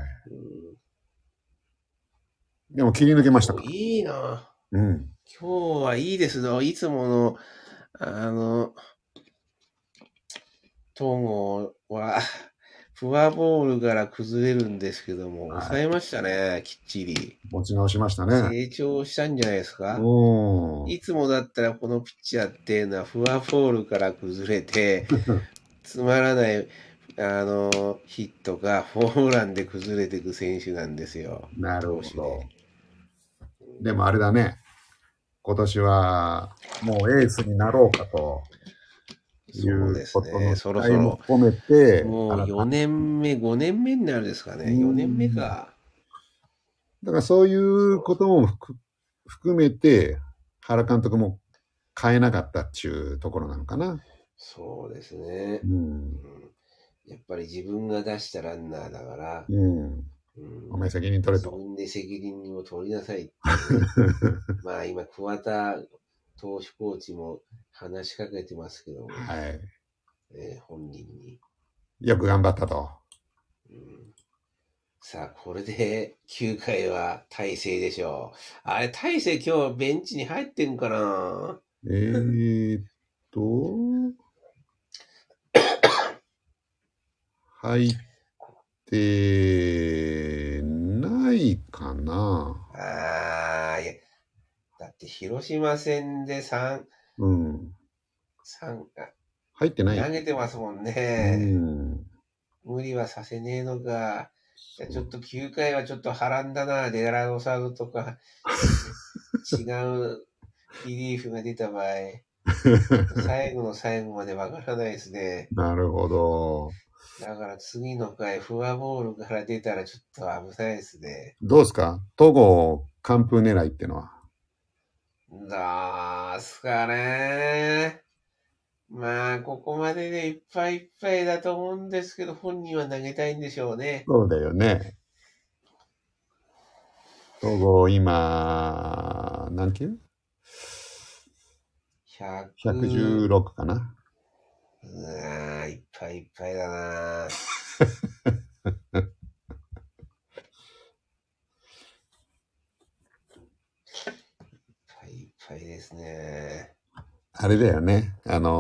でも切り抜けましたか？ いいな。今日はいいですよ。いつもの、東郷は、フォアボールから崩れるんですけども、抑えましたね、きっちり。 持ち直しましたね。 成長したんじゃないですか。いつもだったらこのピッチャーっていうのはフォアボールから崩れて、つまらない、ヒットがホームランで崩れていく選手なんですよ。 なるほど。でもあれだね。今年はもうエースになろうかということの期待も込めて、 もう4年目、5年目になるですかね。4年目か。 だからそういうことも含めて、原監督も変えなかったっていうところなのかな。 そうですね。やっぱり自分が出したランナーだから、 お前責任取れと。 自分で責任を取りなさいって、まあ今、桑田投手コーチも話しかけてますけども、本人に。 よく頑張ったと。 さあ、これで9回は大勢でしょう。あれ、大勢今日ベンチに入ってんかな？ 入ってないかな。 いや、だって広島戦で3、 入ってない。 投げてますもんね。無理はさせねえのか。ちょっと9回はちょっと波乱だな。デラロサードとか、違うリリーフが出た場合、最後の最後までわからないですね。 なるほど。 だから次の回、フォアボールから出たらちょっと危ないですね。 どうですか？戸郷完封狙いってのは。 どうすかね。まあ、ここまででいっぱいいっぱいだと思うんですけど、本人は投げたいんでしょうね。 そうだよね。戸郷今、何球 ?116 かな。 いっぱいいっぱいだな。いっぱいですね。 あれだよね。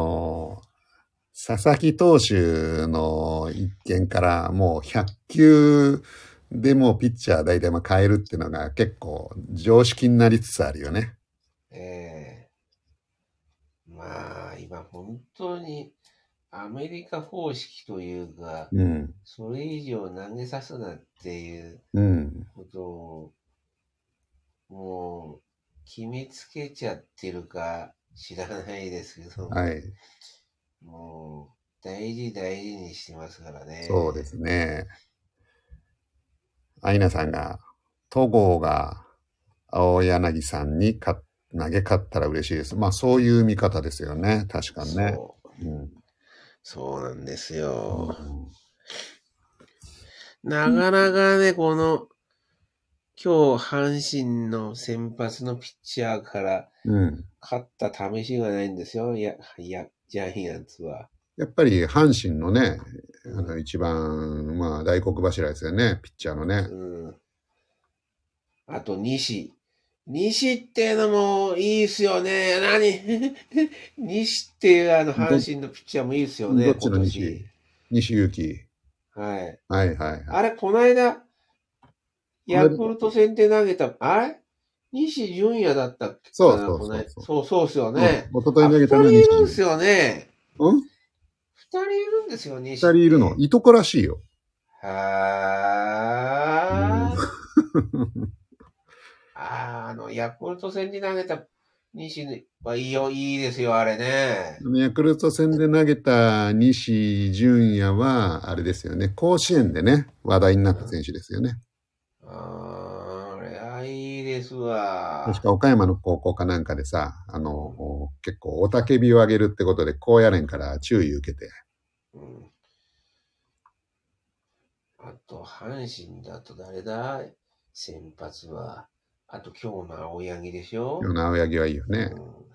佐々木投手の一件からもう100球でもうピッチャー大体変えるっていうのが結構常識になりつつあるよね。 まあ、今本当にアメリカ方式というか、 うん。 それ以上投げさすなっていううん。 ことを、もう、決めつけちゃってるか知らないですけど、 はい。 もう、大事大事にしてますからね。 そうですね。アイナさんが、戸郷が青柳さんに投げ勝ったら嬉しいです。まあそういう見方ですよね。確かにね。 そうなんですよ。 うんなかなかね、この、今日阪神の先発のピッチャーから勝った試しがないんですよ。ジャイアンツは。 やっぱり阪神のね、一番、まあ大黒柱ですよね。ピッチャーのね。 あと、西っていうのもいいですよね。西っていう阪神のピッチャーもいいですよね。 どっちの西勇輝。 はい。 はいはいはい。 あれ、この間、ヤクルト戦で投げた、あれ西純也だったっけそうそうそうそう。そうですよね。 一昨日投げたの二人いるんですよね。 二人いるんですよ、西。 二人いるの。いとこらしいよ。 はー。ヤクルト戦に投げた西はいいですよ、あれね。 ヤクルト戦で投げた西純也は、あれですよね。甲子園でね、話題になった選手ですよね。 あれはいいですわ。 確か岡山の高校かなんかでさ、結構雄たけびを上げるってことで、高野連から注意受けて。 あと、阪神だと誰だ先発は。あと、今日の青柳でしょ。 今日の青柳はいいよね。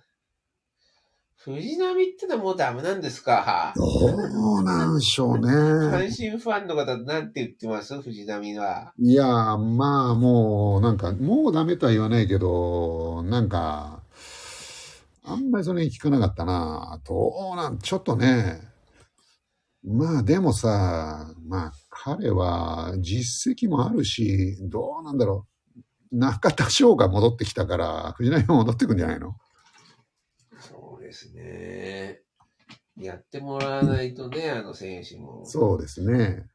藤浪ってのはもうダメなんですか？ どうなんでしょうね。 阪神ファンの方なんて言ってます藤浪は。 いやー、まあもう、なんか、もうダメとは言わないけど、なんか、あんまりそれに聞かなかったな。ちょっとね。まあでもさ、まあ彼は実績もあるし、どうなんだろう。中田翔が戻ってきたから、藤浪も戻ってくんじゃないの？ そうですね。やってもらわないとね、選手も。 そうですね。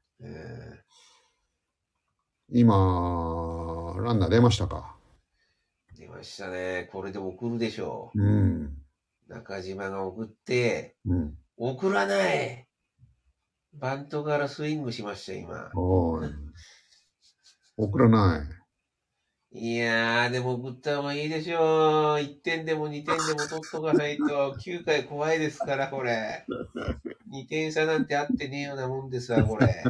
今、ランナー出ましたか？ 出ましたね。これで送るでしょう。 中島が送って、送らない。バントからスイングしました、今。 送らない。 いやー、でも送った方がいいでしょう。1点でも2点でも取っとかないと、9回怖いですから、これ。2点差なんてあってねえようなもんですわ、これ。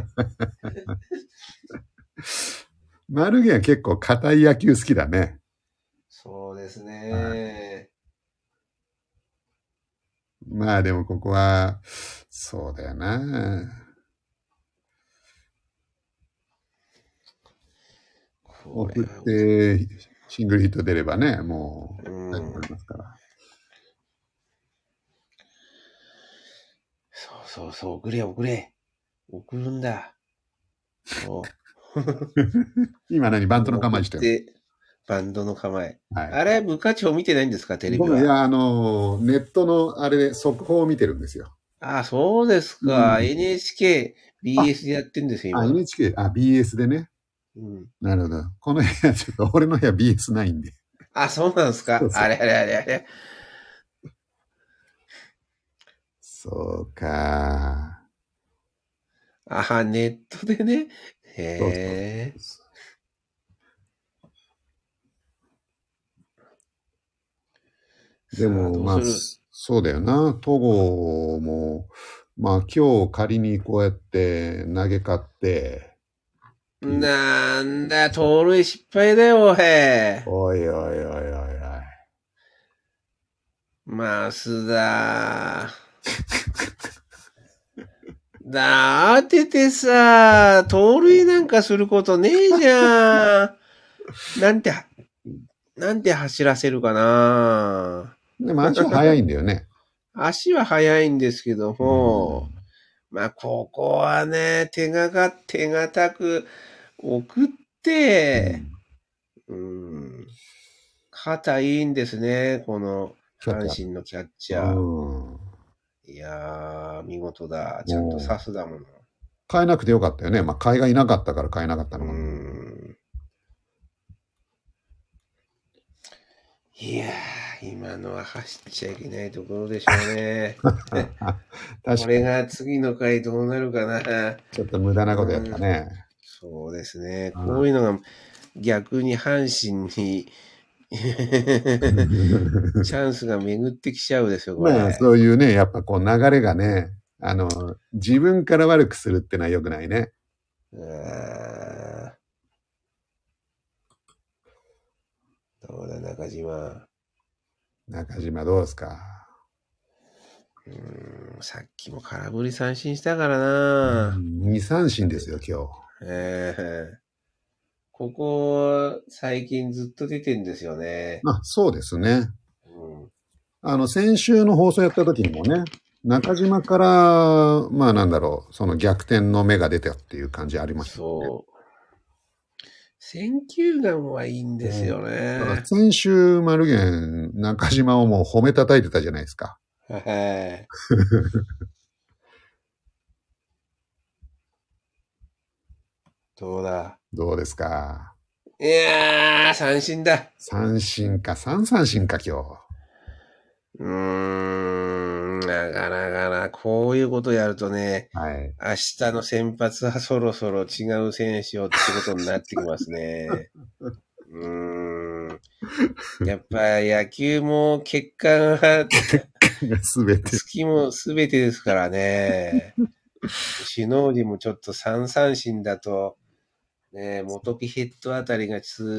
マルゲン結構硬い野球好きだね。 そうですね。 まあでもここは、そうだよな。送って、シングルヒット出ればね、もう、大丈夫になりますから。 そう、送れ。送るんだ。 今バントの構えしてる？ バンドの構え。あれ、無課長見てないんですか、テレビは。 いや、ネットのあれで速報を見てるんですよ。 あ、そうですか。NHK、BS でやってんですよ、今。 NHK、BS でね。なるほど。この部屋、ちょっと俺の部屋 BS ないんで。 あ、そうなんですか。あれ。 そうか。 ネットでね。へえ。 でも、まあ、そうだよな。戸郷も、まあ今日仮にこうやって投げ勝って。 なんだ、盗塁失敗だよ、へ。 おい。 増田。当ててさ、盗塁なんかすることねえじゃん。なんて走らせるかな。 でも足は速いんだよね。 足は速いんですけども、まあ、ここはね、手堅く送って、肩いいんですね、この阪神のキャッチャー。 いやー、見事だ。ちゃんとサスだもの。 変えなくてよかったよね。まあ、替えがいなかったから変えなかったのかな。 いやー、今のは走っちゃいけないところでしょうね。これが次の回どうなるかな。 ちょっと無駄なことやったね。 そうですね。こういうのが逆に阪神にチャンスが巡ってきちゃうですよ、これ。 まあ、そういうね、やっぱこう流れがね、自分から悪くするってのは良くないね。 どうだ、中島。 中島どうですか？ さっきも空振り三振したからな。 2三振ですよ、今日。ここ、最近ずっと出てんですよね。 そうですね。先週の放送やった時にもね、中島から、まあなんだろう、その逆転の目が出たっていう感じありましたね。 そう。選球眼はいいんですよね。 だから先週、マルゲン、中島をもう褒めたたいてたじゃないですか。 はい。どうだ？ どうですか？ いやー、三振だ。 三振か、三三振か、今日。 なかなかな、こういうことやるとね、 はい、 明日の先発はそろそろ違う選手をってことになってきますね。やっぱ野球も結果がすべて。 月もすべてですからね。首脳陣もちょっと三三振だと、ね、元木ヘッドあたりが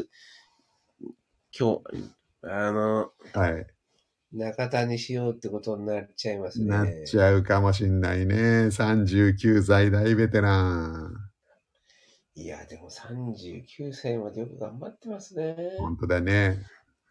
今日、 はい。 中田にしようってことになっちゃいますね。 なっちゃうかもしんないね。39歳大ベテラン。 いや、でも39歳までよく頑張ってますね。 本当だね。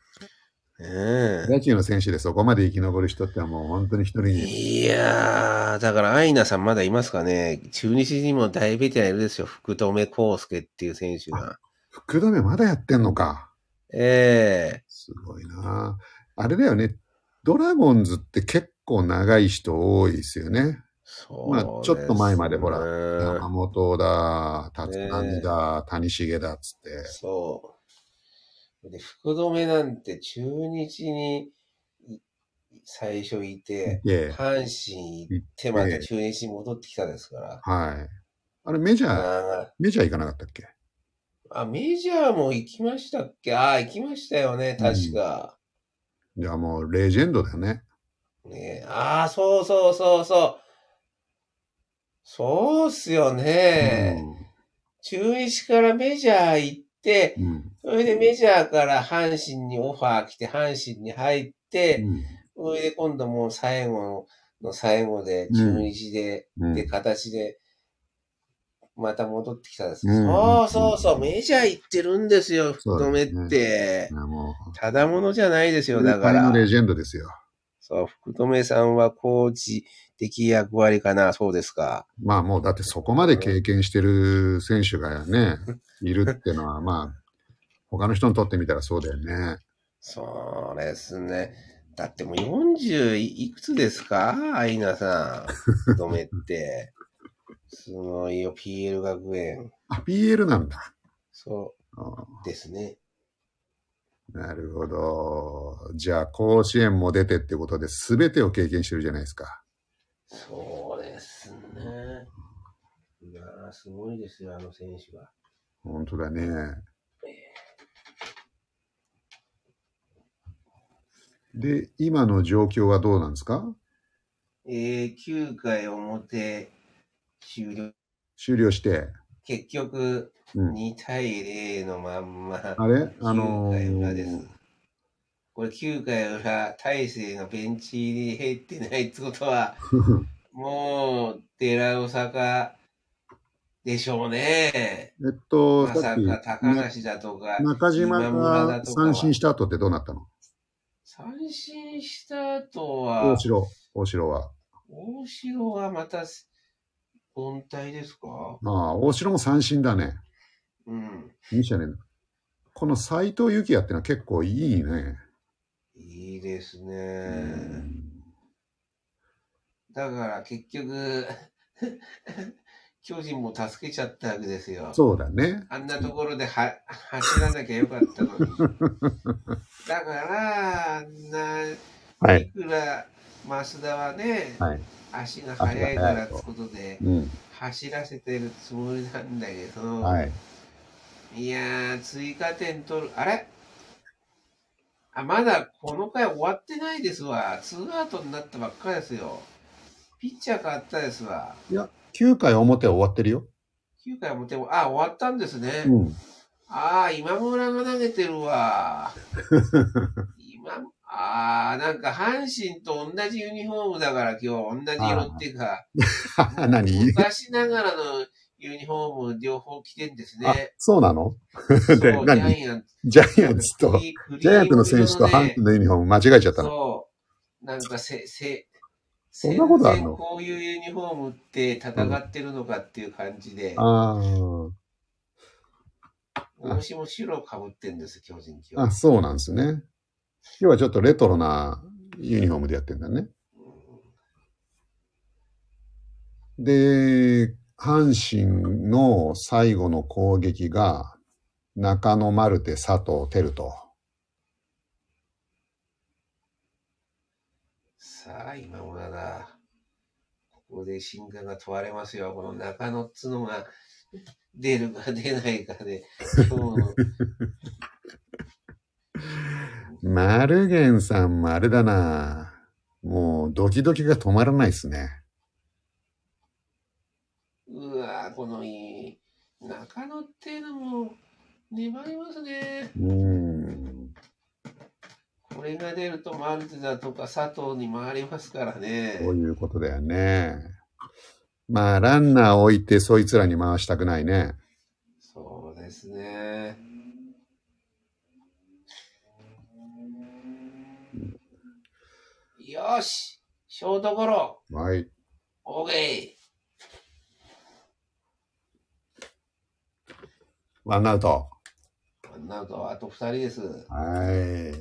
野球の選手でそこまで生き残る人ってもう本当に一人に。 いやー、だからアイナさんまだいますかね。中日にも大ベテランいるですよ。福留孝介っていう選手が。 福留まだやってんのか。すごいな。あれだよね。ドラゴンズって結構長い人多いですよね。まあ、ちょっと前までほら、山本だ、立浪だ、谷繁だっつって。 そう。で、福留なんて中日に最初いて、阪神行ってまた中日に戻ってきたですから。 はい。あれメジャー行かなかったっけ？ メジャーも行きましたっけ？行きましたよね、確か。 いや、もうレジェンドだよね。 ねそうそうそうそう。そうっすよね。中日からメジャー行って、それでメジャーから阪神にオファー来て、阪神に入って、それで今度もう最後の最後で中日で、って形で、また戻ってきたんです。そうそうそう、メジャー行ってるんですよ、福留って。ただものじゃないですよ、だから。 レジェンドですよ。 そう、福留さんはコーチ的役割かな、そうですか。 まあもうだってそこまで経験してる選手がね、いるってのはまあ、他の人にとってみたらそうだよね。 そうですね。だってもう40いくつですか？アイナさん。福留って。すごいよ、PL 学園。 PL なんだ。 そうですね。 なるほど。じゃあ、甲子園も出てってことで、全てを経験してるじゃないですか。 そうですね。いやー、すごいですよ、あの選手は。 本当だね。で、今の状況はどうなんですか ？9回表終了して。 結局、2対0のまんま、 あれ 9回裏です。これ9回裏、大勢がベンチに入ってないってことは、もう、寺尾坂でしょうね。まさか高梨だとか、 中島が三振した後ってどうなったの？ 三振した後は、 大城はまた、凡退ですか？ 大城も三振だね。いいじゃねえ。この斎藤幸也ってのは結構いいね。 いいですね。 だから結局、巨人も助けちゃったわけですよ。 そうだね。 あんなところで走らなきゃよかったのに。だから、いくら増田はね、足が速いからってことで、走らせてるつもりなんだけど、いやー、追加点取る。あれまだこの回終わってないですわ。ツーアウトになったばっかりですよ。ピッチャー変わったですわ。 いや、9回表は終わってるよ。 9回表も、終わったんですね。今村が投げてるわ。なんか阪神と同じユニフォームだから今日同じ色っていうか、昔ながらのユニフォーム両方着てんですね。 そうなの？ そう、ジャイアンツの選手と阪神のユニフォーム間違えちゃったの。 そう。なんかそんなことあるの？ こういうユニフォームって戦ってるのかっていう感じで。帽子も白をかぶってんです、巨人今日。 そうなんですね。今日はちょっとレトロなユニフォームでやってんだね。で、阪神の最後の攻撃が中野、マルテ、佐藤輝と。 さあ、今村だ。ここで進化が問われますよ。この中野っつのが出るか出ないかで。 マルゲンさんもあれだな。もうドキドキが止まらないですね。 うわぁ、この中野っていうのも粘りますね。これが出るとマルテだとか佐藤に回りますからね。 そういうことだよね。まあ、ランナー置いてそいつらに回したくないね。 そうですね。よし、ショートゴロ。 はい。 オーケー。ワンアウト。 ワンアウト、あと2人です。 はい。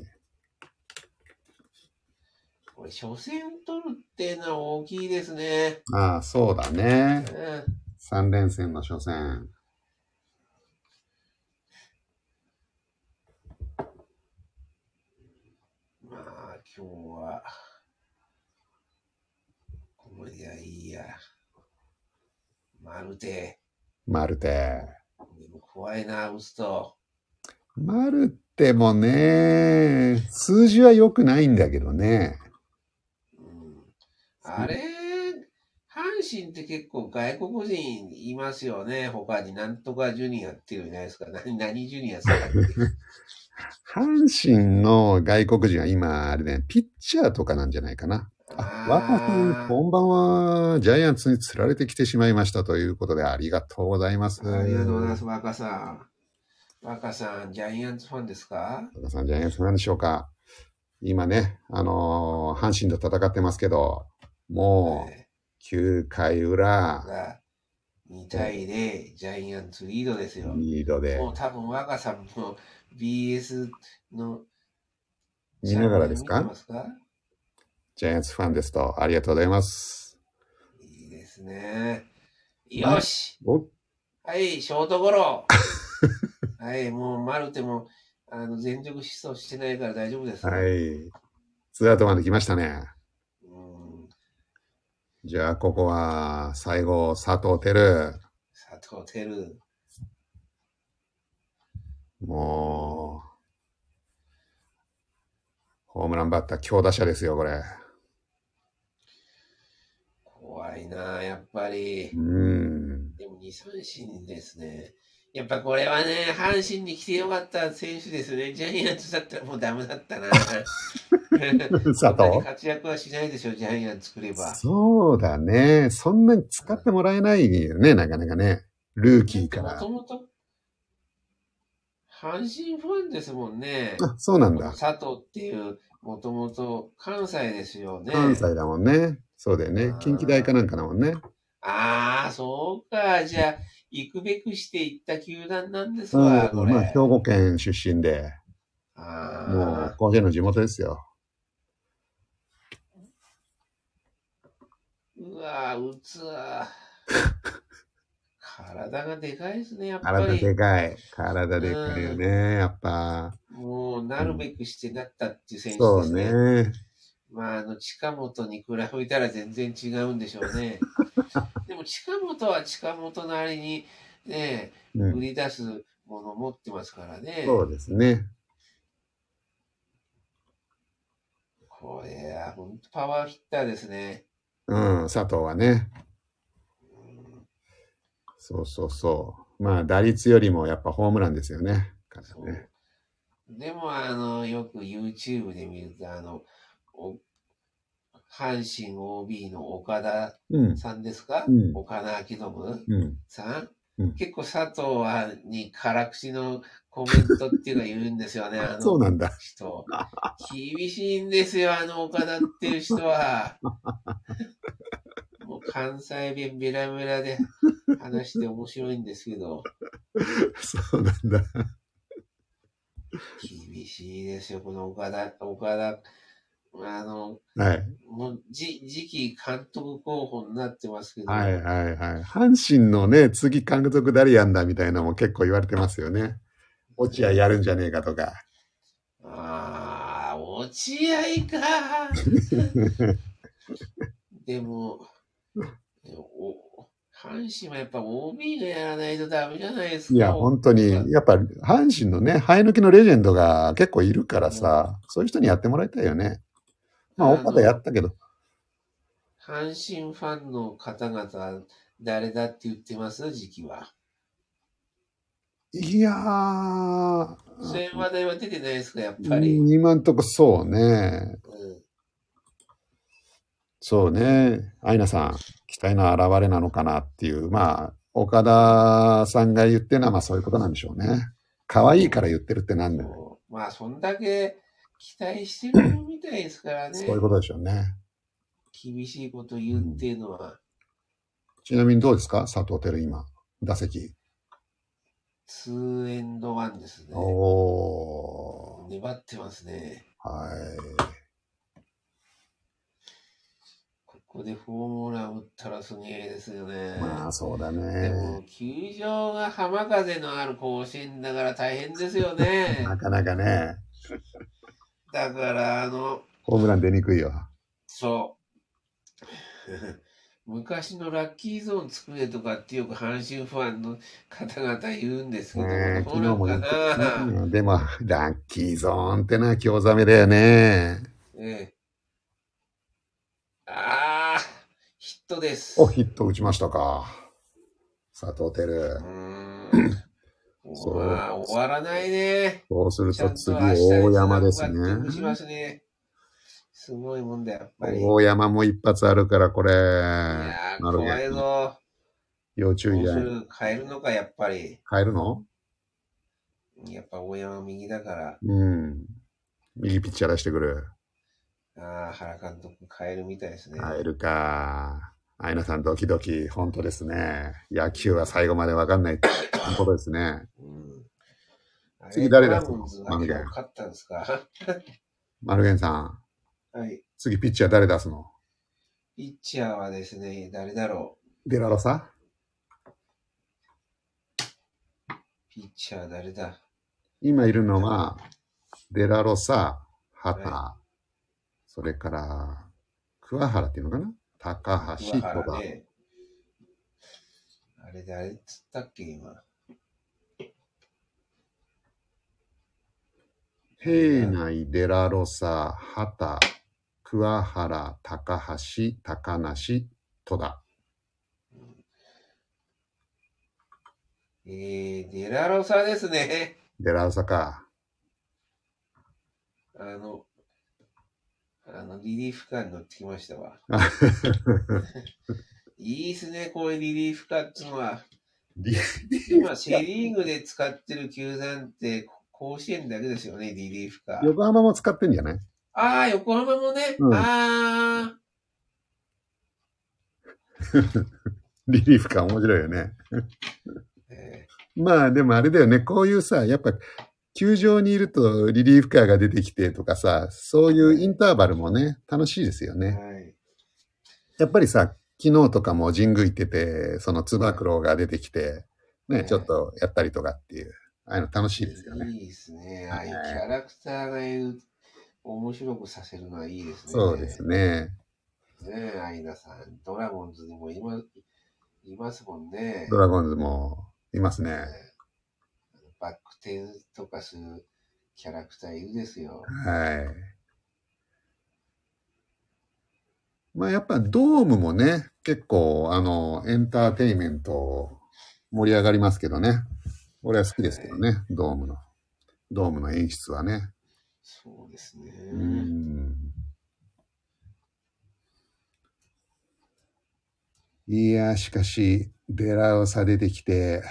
これ、初戦取るっていうのは大きいですね。 そうだね。3連戦の初戦。 まあ、今日は、これがいいや。マルテ。でも怖いな、打つと。 マルテもね、数字は良くないんだけどね。 あれ、阪神って結構外国人いますよね。他になんとかジュニアっていうのいないですか？何ジュニアですか？ 阪神の外国人は今、あれね、ピッチャーとかなんじゃないかな。若さん、こんばんは。ジャイアンツに釣られてきてしまいましたということで、ありがとうございます。 ありがとうございます、若さん。若さん、ジャイアンツファンですか？ 若さん、ジャイアンツファンでしょうか？今ね、阪神と戦ってますけど、もう、9回裏。 2対0、ジャイアンツリードですよ。 リードで。 もう多分若さんも BS の見ながらですか？ジャイアンツファンですと、ありがとうございます。 いいですね。よし。はい、ショートゴロ。はい、もうマルテも全力疾走してないから大丈夫です。 はい。ツーアウトまで来ましたね。じゃあ、ここは、最後、佐藤輝。もう、ホームランバッター、強打者ですよ、これ。 怖いな、やっぱり。でも2三振ですね。やっぱこれはね、阪神に来てよかった選手ですね。ジャイアンツだったらもうダメだったな。そんなに活躍はしないでしょ、ジャイアンツ来れば。 そうだね。そんなに使ってもらえないよね、なかなかね。ルーキーから。 もともと、阪神ファンですもんね。 そうなんだ。 佐藤っていう、もともと関西ですよね。 関西だもんね。そうだよね。近畿大かなんかだもんね。 そうか。じゃあ、行くべくして行った球団なんですわ、これ。 まあ、兵庫県出身で。もう、甲子園の地元ですよ。 うわぁ、打つわ。体がでかいですね、やっぱり。 体でかい。体でかいよね、やっぱ。 もう、なるべくしてなったっていう選手ですね。 そうね。 まあ、近本に比べたら全然違うんでしょうね。でも、近本は近本なりにね、売り出すものを持ってますからね。 そうですね。 これは本当パワーヒッターですね。 うん、佐藤はね。そうそうそう。まあ、打率よりもやっぱホームランですよね。 ね。でも、よく YouTube で見ると、阪神 OB の岡田さんですか、岡田彰信さん、結構佐藤に辛口のコメントっていうのが言うんですよね、 そうなんだ。 人。厳しいんですよ、岡田っていう人は。もう関西弁ベラベラで話して面白いんですけど。 そうなんだ。 厳しいですよ、この岡田。 はい。 もう次期監督候補になってますけど。 はいはいはい。阪神のね、次監督誰やんだみたいなのも結構言われてますよね。落合やるんじゃねえかとか。 ああ、落合か。でも、阪神はやっぱ OB がやらないとダメじゃないですか。 いや、本当に、やっぱ阪神のね、生え抜きのレジェンドが結構いるからさ、そういう人にやってもらいたいよね。まあ、岡田やったけど。 阪神ファンの方々、誰だって言ってます時期は。 いやー。 それまでは出てないですか、やっぱり。 今んとこそうね。そうね。アイナさん、期待の表れなのかなっていう。まあ、岡田さんが言ってるのは、まあそういうことなんでしょうね。可愛いから言ってるってなんだよ。 まあ、そんだけ期待してるみたいですからね。 そういうことでしょうね。 厳しいこと言うっていうのは。 ちなみにどうですか佐藤輝今、打席。 2エンド1ですね。 おー。 粘ってますね。 はい。 ここでホームラン打ったらすげえですよね。 まあそうだね。 でも、球場が浜風のある甲子園だから大変ですよね。 なかなかね。 だからホームラン出にくいよ。 そう。昔のラッキーゾーン作れとかってよく阪神ファンの方々言うんですけど、 昨日も言ってた。でも、ラッキーゾーンってのは興ざめだよね。 ああ、ヒットです。 お、ヒット打ちましたか。佐藤輝。 そう。終わらないね。 そうすると次、大山ですね。 しますね。すごいもんだよ、やっぱり。 大山も一発あるから、これ。いやー、怖いぞ。 要注意だよ。 変えるのか、やっぱり。 変えるの？ やっぱ大山右だから。 右ピッチャー出してくる。 ああ、原監督変えるみたいですね。 変えるか。アイナさんドキドキ、本当ですね。野球は最後まで分かんないってことですね。次誰出すの？マルゲン。 勝ったんですか？ マルゲンさん。 はい。 次ピッチャー誰出すの？ ピッチャーはですね、誰だろう？デラロサ？ ピッチャー誰だ？ 今いるのは、デラロサ、畑、それから、桑原っていうのかな？高橋、戸田。 あれ誰っつったっけ、今。 平内、デラロサ、畑、桑原、高橋、高梨、戸田。 デラロサですね。 デラロサか。 リリーフカーに乗ってきましたわ。いいっすね、こういうリリーフカーっていうのは。今、セリーグで使ってる球団って、甲子園だけですよね、リリーフカー。 横浜も使ってんじゃない？ ああ、横浜もね。ああ。 リリーフカー面白いよね。まあでもあれだよね、こういうさ、やっぱ球場にいるとリリーフカーが出てきてとかさ、そういうインターバルもね、楽しいですよね。やっぱりさ、 昨日とかも神宮行ってて、そのつば九郎が出てきて、ね、ちょっとやったりとかっていう、ああいうの楽しいですよね。 いいですね。ああいうキャラクターがいる、面白くさせるのはいいですね。 そうですね。 ねえ、アイナさん。ドラゴンズにもいますもんね。 ドラゴンズもいますね。 バック転とかするキャラクターいるですよ。 はい。まあやっぱドームもね、結構エンターテイメント盛り上がりますけどね。俺は好きですけどね、ドームの演出はね。 そうですね。 いや、しかし、デラオサ出てきて、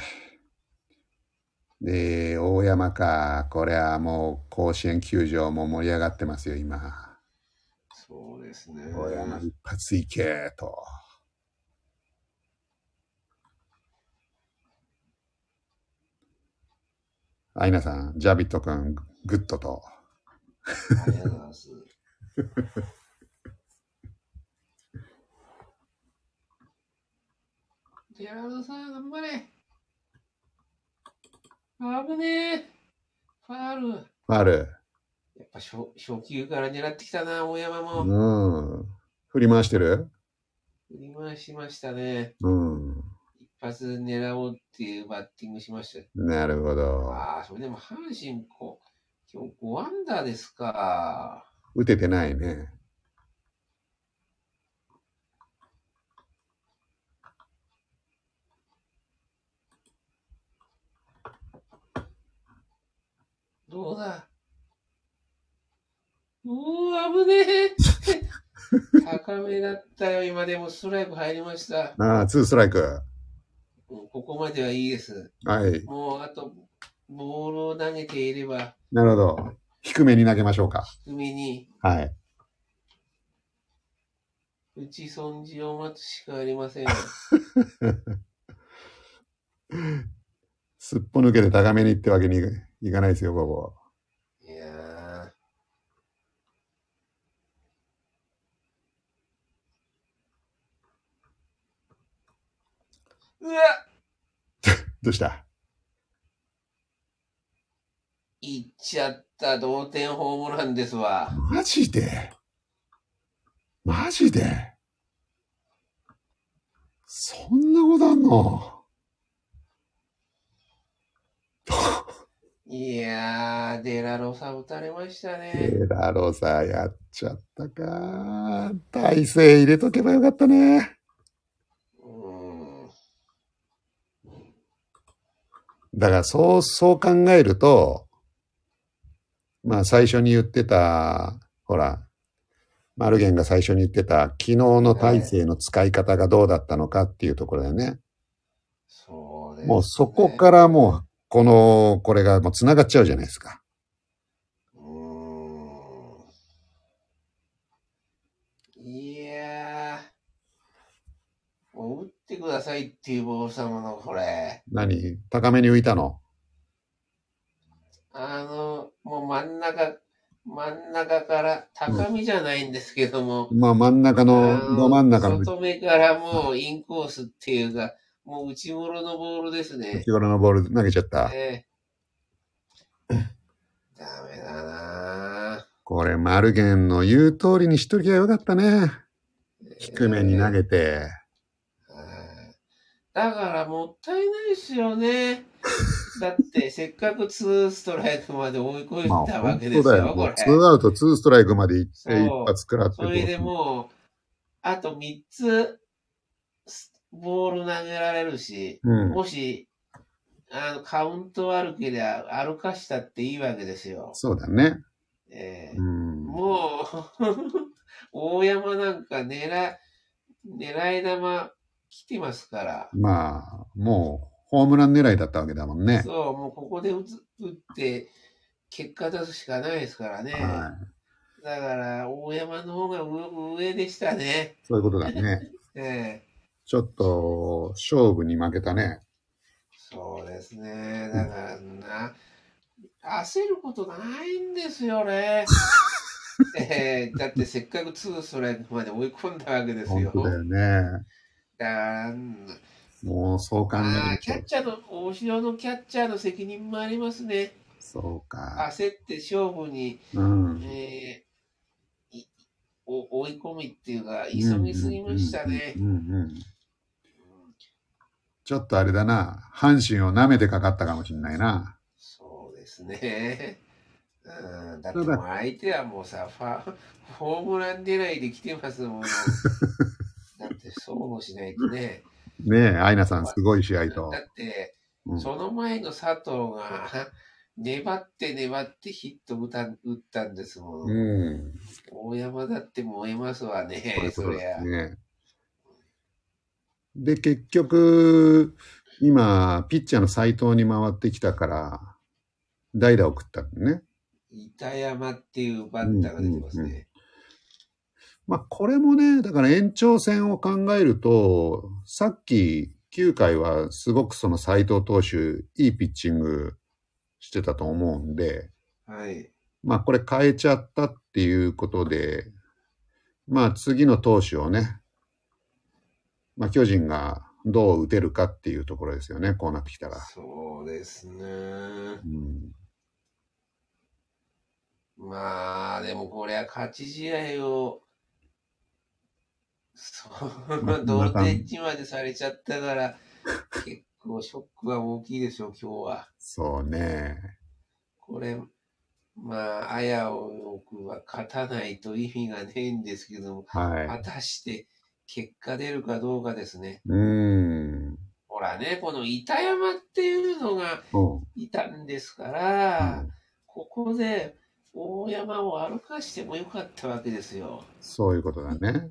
で、大山か、これはもう甲子園球場も盛り上がってますよ、今。 そうですね。 大山一発いけ、と。アイナさん、ジャビット君、グッドと。 ありがとうございます。ジェラルドさん、頑張れ。危ねえ。ファール。やっぱ初球から狙ってきたな、大山も。 振り回してる？ 振り回しましたね。一発狙おうっていうバッティングしました。 なるほど。 ああ、それでも阪神今日5アンダーですか。 打ててないね。 どうだ。危ねえ。高めだったよ、今でもストライク入りました。 ああ、2ストライク。 ここまではいいです。 はい。 もうあと、ボールを投げていれば。 なるほど。低めに投げましょうか。 低めに。 はい。 打ち損じを待つしかありません。 すっぽ抜けて高めに行ってわけにいかないですよ、ここ。 いやー。うわどうした？ いっちゃった同点ホームランですわ。 マジでそんなことあんの？ いやー、デラロサ打たれましたね。 デラロサやっちゃったか。体勢入れとけばよかったね。だからそう考えると、まあ最初に言ってた、ほら、マルゲンが最初に言ってた、昨日の体勢の使い方がどうだったのかっていうところだよね。 そうですね。 もうそこからもう、これがもう繋がっちゃうじゃないですか。 いやー、もう打ってくださいっていうボール様のこれ。 何？高めに浮いたの？ もう真ん中から高みじゃないんですけども。 まあ真ん中の、ど真ん中の。 外目からもうインコースっていうか、もう内頃のボールですね。 内頃のボール投げちゃった。 ダメだな。 これ、マルゲンの言う通りにしときゃよかったね。低めに投げて。 だからもったいないですよね。だってせっかく2ストライクまで追い込んだわけですよ、これ。 2アウト2ストライクまで行って一発食らって。 それでもう、あと3つボール投げられるし、もし、カウント悪ければ歩かしたっていいわけですよ。 そうだね。 もう、大山なんか狙い球来てますから。 まあ、もう、ホームラン狙いだったわけだもんね。 そう、もうここで打って、結果出すしかないですからね。だから、大山の方が上でしたね。 そういうことだね。ちょっと、勝負に負けたね。 そうですね。だから焦ることないんですよね。だってせっかく2ストライクまで追い込んだわけですよ。 本当だよね。 もうそう考えると。 キャッチャーの、後ろのキャッチャーの責任もありますね。 そうか。 焦って勝負に、追い込みっていうか、急ぎすぎましたね。 ちょっとあれだな、阪神を舐めてかかったかもしれないな。 そうですね。だってもう相手はもうさ、ホームラン狙いで来てますもん。だってそうもしないとね。 ねえ、アイナさんすごい試合と。 だって、その前の佐藤が粘ってヒット打ったんですもん。大山だって燃えますわね、そりゃ。 で、結局、今、ピッチャーの斉藤に回ってきたから、代打を送ったんだね。 板山っていうバッターが出てますね。 まあ、これもね、だから延長戦を考えると、さっき9回はすごくその斉藤投手、いいピッチングしてたと思うんで、 はい。 まあ、これ変えちゃったっていうことで、まあ、次の投手をね、まあ、巨人がどう打てるかっていうところですよね、こうなってきたら。 そうですね。まあ、でもこれは勝ち試合を、同点地までされちゃったから、結構ショックは大きいでしょう、今日は。 そうね。 これ、まあ、あやおくは勝たないと意味がねえんですけども、果たして結果出るかどうかですね。ほらね、この板山っていうのがいたんですから、ここで大山を歩かしてもよかったわけですよ。 そういうことだね。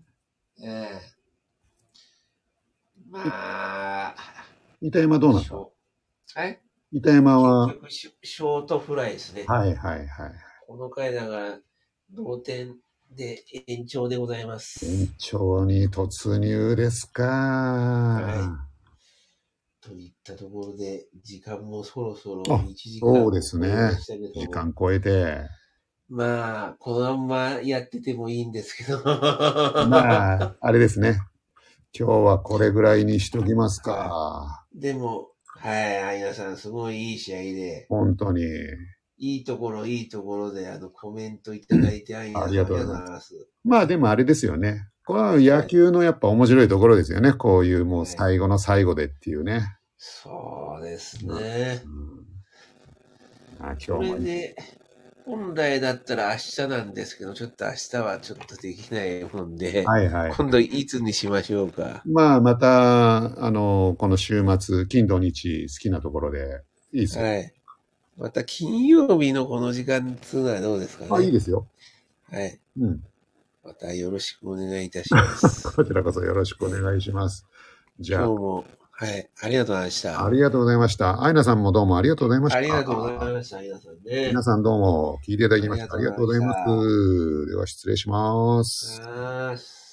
まあ。 板山どうなったはい。 板山は。 結局ショートフライですね。 はい。 この回だから同点で延長でございます。 延長に突入ですか。 はい。といったところで、時間もそろそろ1時間そうですね。時間超えて。 まあ、このままやっててもいいんですけど。 まあ、あれですね。今日はこれぐらいにしときますか。 でも、はい、皆さんすごいいい試合で。 本当に。 いいところでコメントいただいてありがとうございます。 まあでもあれですよね。これは野球のやっぱ面白いところですよね。こういうもう最後の最後でっていうね。 そうですね。 今日も。 これで、本来だったら明日なんですけど、ちょっと明日はちょっとできないもんで、今度いつにしましょうか。 まあまた、この週末、金土日好きなところでいいですよ。 はい。また金曜日のこの時間っていうのはどうですかね。 いいですよ。 はい。またよろしくお願いいたします。 こちらこそよろしくお願いします。 じゃあ。今日も、はい、ありがとうございました。 ありがとうございました。アイナさんもどうもありがとうございました。 ありがとうございました、皆さんね。 皆さんどうも聞いていただきました。ありがとうございます。では失礼します。